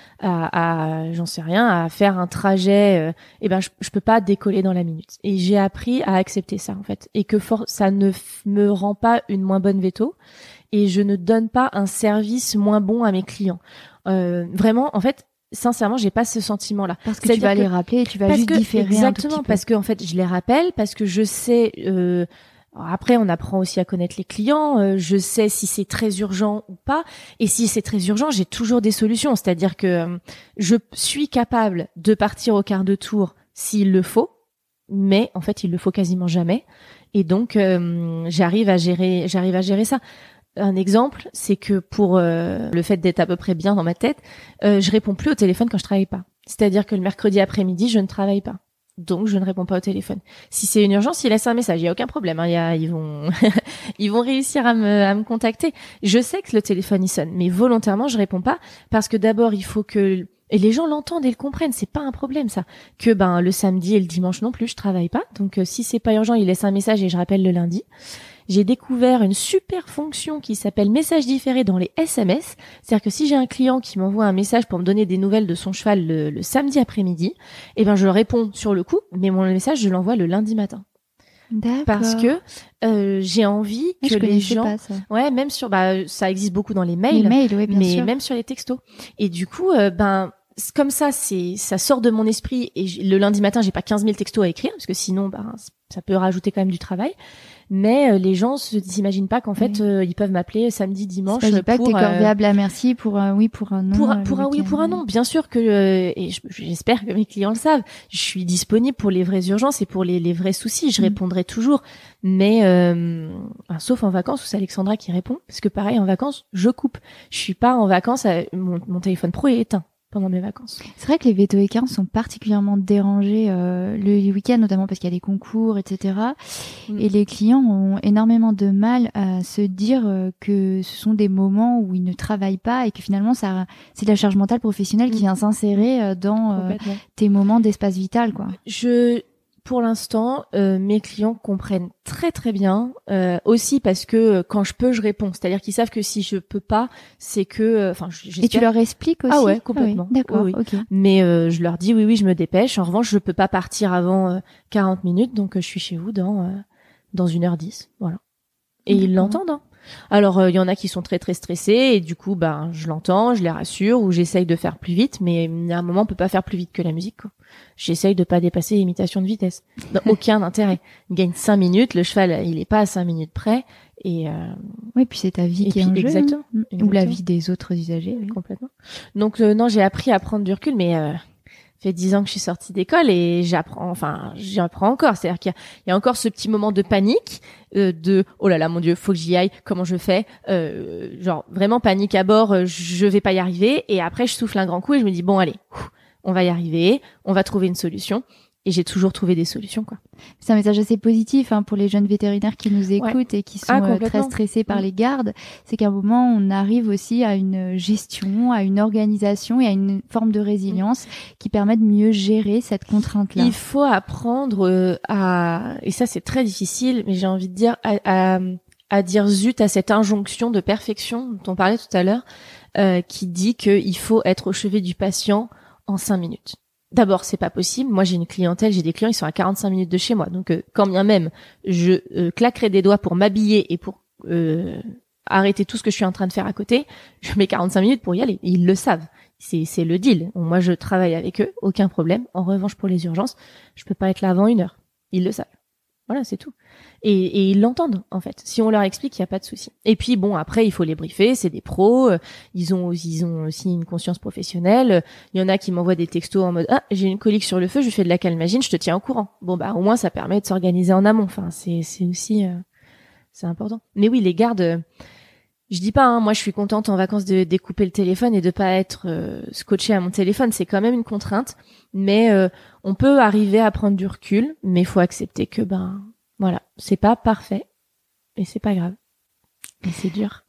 à, à j'en sais rien à faire un trajet euh, et ben je, je peux pas décoller dans la minute. Et j'ai appris à accepter ça en fait et que for- ça ne f- me rend pas une moins bonne veto et je ne donne pas un service moins bon à mes clients. Euh, vraiment en fait sincèrement, j'ai pas ce sentiment-là. Parce que tu vas que, les rappeler et tu vas juste que, différer exactement, un tout petit peu. Parce que en fait, je les rappelle parce que je sais euh, après, on apprend aussi à connaître les clients. Euh, je sais si c'est très urgent ou pas. Et si c'est très urgent, j'ai toujours des solutions. C'est-à-dire que euh, je suis capable de partir au quart de tour s'il le faut. Mais en fait, il le faut quasiment jamais. Et donc, euh, j'arrive à gérer, j'arrive à gérer ça. Un exemple, c'est que pour euh, le fait d'être à peu près bien dans ma tête, euh, je réponds plus au téléphone quand je travaille pas. C'est-à-dire que le mercredi après-midi, je ne travaille pas. Donc, je ne réponds pas au téléphone. Si c'est une urgence, ils laissent un message. Il y a aucun problème. Hein. Il y a, ils vont, ils vont réussir à me, à me contacter. Je sais que le téléphone il sonne, mais volontairement, je réponds pas parce que d'abord, il faut que et les gens l'entendent et le comprennent. C'est pas un problème ça. Que ben le samedi et le dimanche non plus, je travaille pas. Donc, euh, si c'est pas urgent, ils laissent un message et je rappelle le lundi. J'ai découvert une super fonction qui s'appelle message différé dans les S M S. C'est-à-dire que si j'ai un client qui m'envoie un message pour me donner des nouvelles de son cheval le, le samedi après-midi, eh ben je réponds sur le coup, mais mon message je l'envoie le lundi matin. D'accord. Parce que euh, j'ai envie que je les gens, pas, ça. ouais, même sur, bah ça existe beaucoup dans les mails, les mails, ouais, bien mais sûr. même sur les textos. Et du coup, euh, ben comme ça, c'est ça sort de mon esprit et le lundi matin, j'ai pas quinze mille textos à écrire parce que sinon, ben ça peut rajouter quand même du travail. Mais euh, les gens se s'imaginent pas qu'en fait oui. euh, ils peuvent m'appeler samedi, dimanche. Je pas pour, que t'es euh, corvéable à merci pour un oui, pour un non. Pour, euh, pour un oui ou pour un non, bien sûr que euh, et je, j'espère que mes clients le savent. Je suis disponible pour les vraies urgences et pour les, les vrais soucis. Je mmh. répondrai toujours, mais euh, enfin, sauf en vacances où c'est Alexandra qui répond, parce que pareil en vacances je coupe. Je suis pas en vacances, à, mon, mon téléphone pro est éteint pendant mes vacances. C'est vrai que les véto-équins sont particulièrement dérangés euh, le week-end, notamment parce qu'il y a des concours, et cetera. Mm. Et les clients ont énormément de mal à se dire euh, que ce sont des moments où ils ne travaillent pas et que finalement, ça, c'est de la charge mentale professionnelle mm. qui vient s'insérer euh, dans euh, tes moments d'espace vital, quoi. Je... Pour l'instant, euh, mes clients comprennent très très bien, euh, aussi parce que euh, quand je peux, je réponds. C'est-à-dire qu'ils savent que si je peux pas, c'est que, enfin, euh, et tu leur expliques aussi. Ah ouais, complètement. Ah oui, d'accord. Oui, oui. Okay. Mais euh, je leur dis oui, oui, je me dépêche. En revanche, je peux pas partir avant euh, quarante minutes, donc euh, je suis chez vous dans euh, dans une heure dix, voilà. Et d'accord. Ils l'entendent. Hein. Alors, il euh, y en a qui sont très très stressés et du coup, ben, je l'entends, je les rassure ou j'essaye de faire plus vite. Mais à un moment, on peut pas faire plus vite que la musique, quoi. J'essaye de pas dépasser l'imitation de vitesse. Aucun intérêt. Il gagne cinq minutes, le cheval, il est pas à cinq minutes près. Et euh... oui, puis c'est ta vie et qui est en jeu. Exactement. Hein. Ou la vie des autres usagers. Oui. Complètement. Donc, euh, non, j'ai appris à prendre du recul, mais euh, ça fait dix ans que je suis sortie d'école et j'apprends, enfin, j'apprends encore. C'est-à-dire qu'il y a, il y a encore ce petit moment de panique, euh, de oh là là, mon Dieu, faut que j'y aille. Comment je fais euh, Genre vraiment panique à bord. Euh, je vais pas y arriver. Et après, je souffle un grand coup et je me dis bon, allez. Ouf, on va y arriver, on va trouver une solution. Et j'ai toujours trouvé des solutions, quoi. C'est un message assez positif hein, pour les jeunes vétérinaires qui nous écoutent ouais. et qui sont ah, euh, très stressés par mmh. les gardes. C'est qu'à un moment, on arrive aussi à une gestion, à une organisation et à une forme de résilience mmh. qui permet de mieux gérer cette contrainte-là. Il faut apprendre euh, à... Et ça, c'est très difficile, mais j'ai envie de dire à, à, à dire zut à cette injonction de perfection dont on parlait tout à l'heure, euh, qui dit qu'il faut être au chevet du patient en cinq minutes. D'abord, c'est pas possible. Moi, j'ai une clientèle, j'ai des clients, ils sont à quarante-cinq minutes de chez moi. Donc, euh, quand bien même, je euh, claquerai des doigts pour m'habiller et pour euh, arrêter tout ce que je suis en train de faire à côté, je mets quarante-cinq minutes pour y aller. Et ils le savent. C'est, c'est le deal. Moi, je travaille avec eux, aucun problème. En revanche, pour les urgences, je peux pas être là avant une heure. Ils le savent. Voilà, c'est tout. Et, et ils l'entendent, en fait. Si on leur explique, il n'y a pas de souci. Et puis, bon, après, il faut les briefer. C'est des pros. Ils ont, ils ont aussi une conscience professionnelle. Il y en a qui m'envoient des textos en mode « Ah, j'ai une colique sur le feu, je fais de la calmagine, je te tiens au courant. » Bon, bah, au moins, ça permet de s'organiser en amont. Enfin, c'est, c'est aussi, euh, c'est important. Mais oui, les gardes, Je dis pas, hein, moi je suis contente en vacances de découper le téléphone et de pas être euh, scotché à mon téléphone, c'est quand même une contrainte, mais euh, on peut arriver à prendre du recul, mais il faut accepter que ben voilà, c'est pas parfait et c'est pas grave. Et c'est dur.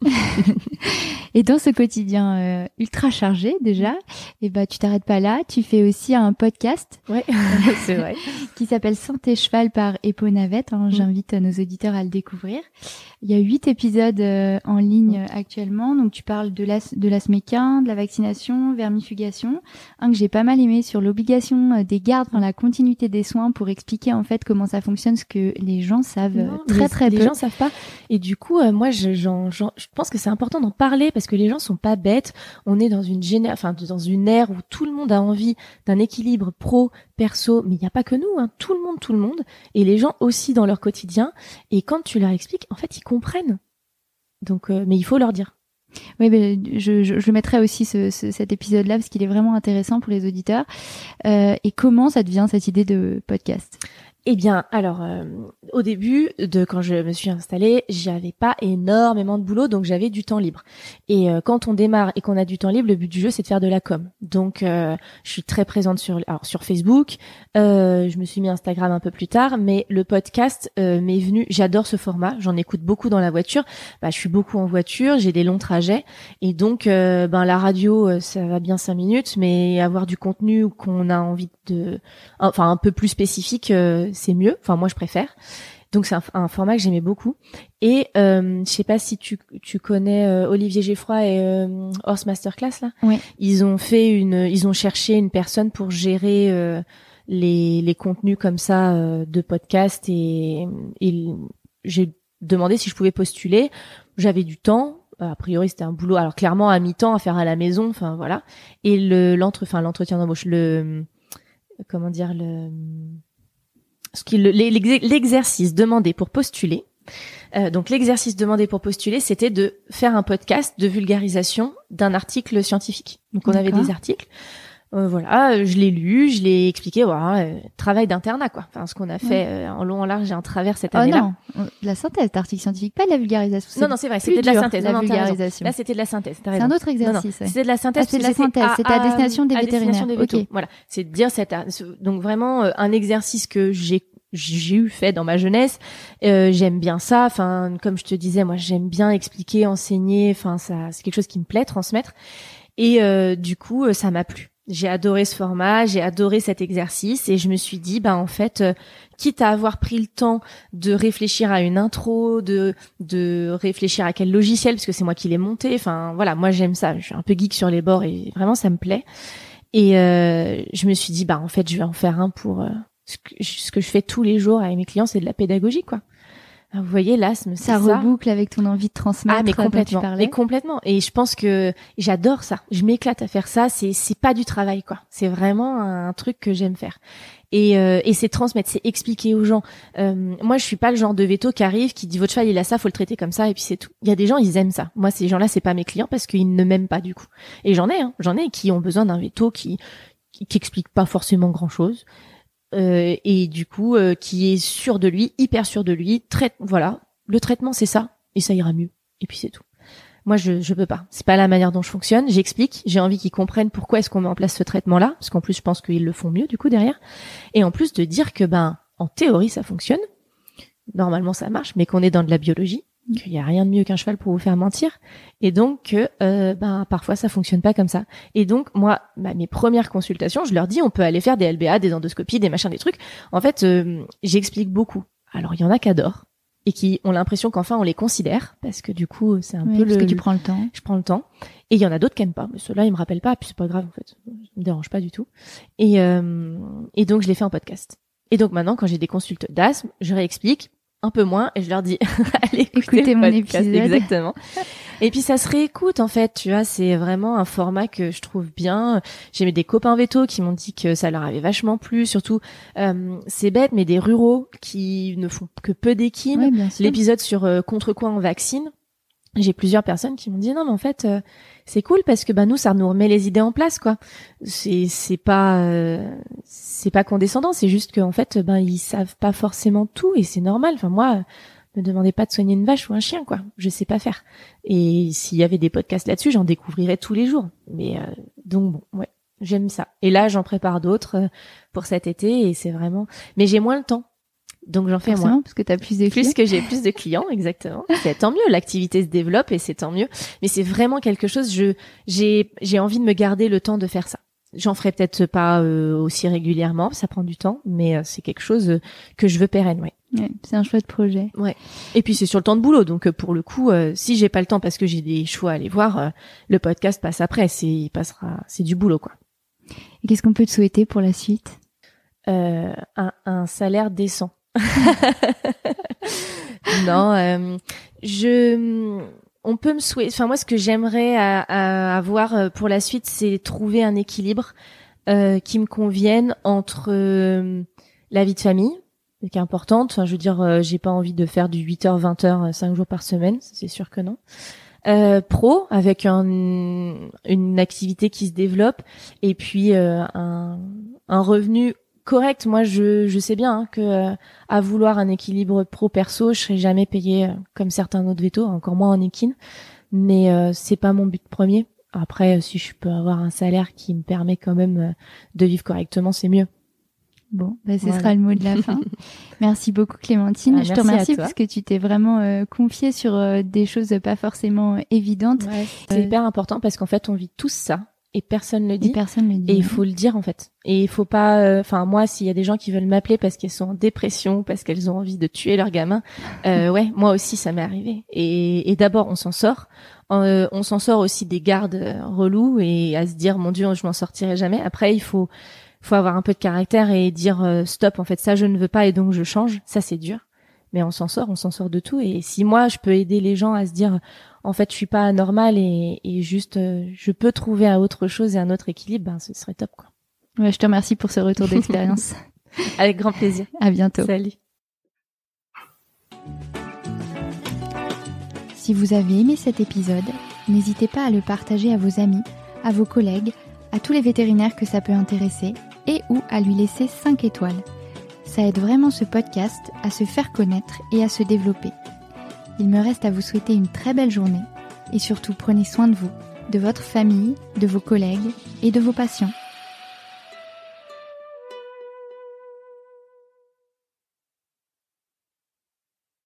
Et dans ce quotidien euh, ultra chargé déjà, et bah tu t'arrêtes pas là, tu fais aussi un podcast. Ouais, c'est vrai. Qui s'appelle Santé Cheval par Epo Navette. Hein, mmh. J'invite nos auditeurs à le découvrir. Il y a huit épisodes euh, en ligne mmh. actuellement. Donc tu parles de l'as de l'asméquin, de la vaccination, vermifugation. Un que j'ai pas mal aimé sur l'obligation des gardes dans la continuité des soins pour expliquer en fait comment ça fonctionne, ce que les gens savent non, très les, très les peu. Les gens savent pas. Et du coup, euh, moi, je, j'en, j'en, je pense que c'est important d'en parler parce que les gens sont pas bêtes. On est dans une géné- enfin dans une ère où tout le monde a envie d'un équilibre pro perso, mais il n'y a pas que nous, hein, tout le monde, tout le monde, et les gens aussi dans leur quotidien. Et quand tu leur expliques, en fait, ils comprennent. Donc, euh, mais il faut leur dire. Oui, ben je, je, je mettrai aussi ce, ce, cet épisode-là parce qu'il est vraiment intéressant pour les auditeurs. Euh, et comment ça devient cette idée de podcast ? Eh bien, alors, euh, au début de quand je me suis installée, j'avais pas énormément de boulot, donc j'avais du temps libre. Et euh, quand on démarre et qu'on a du temps libre, le but du jeu, c'est de faire de la com. Donc, euh, je suis très présente sur, alors sur Facebook. Euh, je me suis mis Instagram un peu plus tard, mais le podcast euh, m'est venu. J'adore ce format. J'en écoute beaucoup dans la voiture. Bah, je suis beaucoup en voiture. J'ai des longs trajets, et donc, euh, ben la radio, ça va bien cinq minutes, mais avoir du contenu qu'on a envie de, enfin un peu plus spécifique. Euh, c'est mieux, enfin moi je préfère. Donc c'est un, un format que j'aimais beaucoup. Et euh, je sais pas si tu tu connais euh, Olivier Geffroy et euh, Horse Masterclass là. Oui. Ils ont fait une, ils ont cherché une personne pour gérer euh, les les contenus comme ça euh, de podcast et, et j'ai demandé si je pouvais postuler. J'avais du temps. A priori c'était un boulot, alors clairement à mi-temps à faire à la maison, enfin voilà. Et le l'entre, enfin l'entretien d'embauche, le comment dire le ce qui l'exercice demandé pour postuler. Euh, donc l'exercice demandé pour postuler, c'était de faire un podcast de vulgarisation d'un article scientifique. Donc on D'accord. avait des articles. Euh, voilà, je l'ai lu, je l'ai expliqué, voilà, euh, travail d'internat quoi. Enfin ce qu'on a fait euh, en long en large et en travers cette année-là. Oh non, de la synthèse d'article scientifique, pas de la vulgarisation. Non non, c'est vrai, c'était de la synthèse, la non, vulgarisation. Là, c'était de la synthèse, t'as raison. C'est un autre exercice. Non, non, c'était de la synthèse, ah, c'est de la synthèse, c'était à, à destination des à vétérinaires. Destination des vétos. OK. Voilà, c'est de dire cette donc vraiment euh, un exercice que j'ai j'ai eu fait dans ma jeunesse. Euh, j'aime bien ça. Enfin, comme je te disais, moi, j'aime bien expliquer, enseigner. Enfin, ça, c'est quelque chose qui me plaît, transmettre. Et euh, du coup, ça m'a plu. J'ai adoré ce format, j'ai adoré cet exercice, et je me suis dit, bah en fait, euh, quitte à avoir pris le temps de réfléchir à une intro, de de réfléchir à quel logiciel, parce que c'est moi qui l'ai monté. Enfin, voilà, moi j'aime ça. Je suis un peu geek sur les bords et vraiment ça me plaît. Et euh, je me suis dit, bah en fait, je vais en faire un pour euh, ce que, ce que je fais tous les jours avec mes clients, c'est de la pédagogie, quoi. Vous voyez, l'asthme, c'est ça. Ça reboucle avec ton envie de transmettre. Ah, mais complètement. Dont tu parlais. Mais complètement. Et je pense que j'adore ça. Je m'éclate à faire ça. C'est, c'est pas du travail, quoi. C'est vraiment un truc que j'aime faire. Et, euh, et c'est transmettre, c'est expliquer aux gens. Euh, moi, je suis pas le genre de véto qui arrive, qui dit votre cheval il a ça, faut le traiter comme ça, et puis c'est tout. Il y a des gens, ils aiment ça. Moi, ces gens-là, c'est pas mes clients parce qu'ils ne m'aiment pas du coup. Et j'en ai, hein. J'en ai qui ont besoin d'un véto qui, qui, qui explique pas forcément grand-chose. Euh, et du coup, euh, qui est sûr de lui, hyper sûr de lui. Traite, voilà. Le traitement, c'est ça, et ça ira mieux. Et puis c'est tout. Moi, je je peux pas. C'est pas la manière dont je fonctionne. J'explique. J'ai envie qu'ils comprennent pourquoi est-ce qu'on met en place ce traitement-là, parce qu'en plus, je pense qu'ils le font mieux du coup derrière. Et en plus de dire que ben, en théorie, ça fonctionne. Normalement, ça marche, mais qu'on est dans de la biologie, qu'il y a rien de mieux qu'un cheval pour vous faire mentir, et donc que euh, ben parfois ça fonctionne pas comme ça. Et donc moi, bah, mes premières consultations, je leur dis on peut aller faire des L B A, des endoscopies, des machins, des trucs. En fait, euh, j'explique beaucoup. Alors il y en a qui adorent et qui ont l'impression qu'enfin on les considère, parce que du coup c'est un oui, peu parce le... que tu prends le temps. Je prends le temps. Et il y en a d'autres qui aiment pas, mais ceux-là ils me rappellent pas, puis c'est pas grave en fait, ça me dérange pas du tout. Et, euh, et donc je les fais en podcast. Et donc maintenant quand j'ai des consultes d'asthme, je réexplique un peu moins et je leur dis allez écoutez mon épisode. Exactement. Et puis ça se réécoute en fait, tu vois, c'est vraiment un format que je trouve bien. J'ai des copains vétos qui m'ont dit que ça leur avait vachement plu, surtout euh, c'est bête mais des ruraux qui ne font que peu d'équine. Oui, l'épisode sur euh, contre quoi on vaccine. J'ai plusieurs personnes qui m'ont dit non mais en fait euh, c'est cool parce que bah nous ça nous remet les idées en place quoi. C'est c'est pas euh, c'est pas condescendant, c'est juste que en fait ben ils savent pas forcément tout et c'est normal. Enfin moi me demandez pas de soigner une vache ou un chien, quoi. Je sais pas faire. Et s'il y avait des podcasts là-dessus, j'en découvrirais tous les jours. Mais euh, donc bon, ouais, j'aime ça. Et là, j'en prépare d'autres euh, pour cet été et c'est vraiment. Mais j'ai moins le temps, donc j'en fais Forcément, moins. parce que t'as plus de clients. Plus que j'ai plus de clients, exactement. C'est tant mieux. L'activité se développe et c'est tant mieux. Mais c'est vraiment quelque chose. Je j'ai j'ai envie de me garder le temps de faire ça. J'en ferai peut-être pas euh, aussi régulièrement, ça prend du temps, mais euh, c'est quelque chose euh, que je veux pérenne, ouais. Ouais, c'est un chouette projet. Ouais. Et puis c'est sur le temps de boulot, donc euh, pour le coup, euh, si j'ai pas le temps parce que j'ai des choix à aller voir, euh, le podcast passe après. C'est il passera, c'est du boulot, quoi. Et qu'est-ce qu'on peut te souhaiter pour la suite? Euh, un, un salaire décent. non, euh, je. On peut me souhaiter. Enfin, moi, ce que j'aimerais à, à avoir pour la suite, c'est trouver un équilibre euh, qui me convienne entre euh, la vie de famille, qui est importante. Enfin, je veux dire, euh, j'ai pas envie de faire du huit heures vingt heures cinq jours par semaine, c'est sûr que non. Euh, pro, avec un, une activité qui se développe, et puis euh, un, un revenu correct. Moi, je, je sais bien hein, que euh, à vouloir un équilibre pro-perso, je serai jamais payée euh, comme certains autres vétos, encore moins en équine. Mais euh, c'est pas mon but premier. Après, si je peux avoir un salaire qui me permet quand même euh, de vivre correctement, c'est mieux. Bon, bah, ce voilà. sera le mot de la fin. Merci beaucoup Clémentine. Ah, je te remercie parce que tu t'es vraiment euh, confiée sur euh, des choses pas forcément évidentes. Ouais, c'est euh, hyper important parce qu'en fait, on vit tous ça. Et personne le dit. Et personne le dit. Et il faut le dire en fait. Et il faut pas. Enfin euh, moi, s'il y a des gens qui veulent m'appeler parce qu'elles sont en dépression, parce qu'elles ont envie de tuer leur gamin, euh, ouais, moi aussi ça m'est arrivé. Et, et d'abord on s'en sort. Euh, on s'en sort aussi des gardes euh, relous et à se dire mon Dieu, je m'en sortirai jamais. Après, il faut, faut avoir un peu de caractère et dire euh, stop. En fait, ça je ne veux pas et donc je change. Ça c'est dur. Mais on s'en sort, on s'en sort de tout. Et si moi je peux aider les gens à se dire en fait, je suis pas anormale et, et juste, euh, je peux trouver à autre chose et un autre équilibre, ben, ce serait top, quoi. Ouais, je te remercie pour ce retour d'expérience. Avec grand plaisir. À bientôt. Salut. Si vous avez aimé cet épisode, n'hésitez pas à le partager à vos amis, à vos collègues, à tous les vétérinaires que ça peut intéresser et ou à lui laisser cinq étoiles. Ça aide vraiment ce podcast à se faire connaître et à se développer. Il me reste à vous souhaiter une très belle journée et surtout prenez soin de vous, de votre famille, de vos collègues et de vos patients.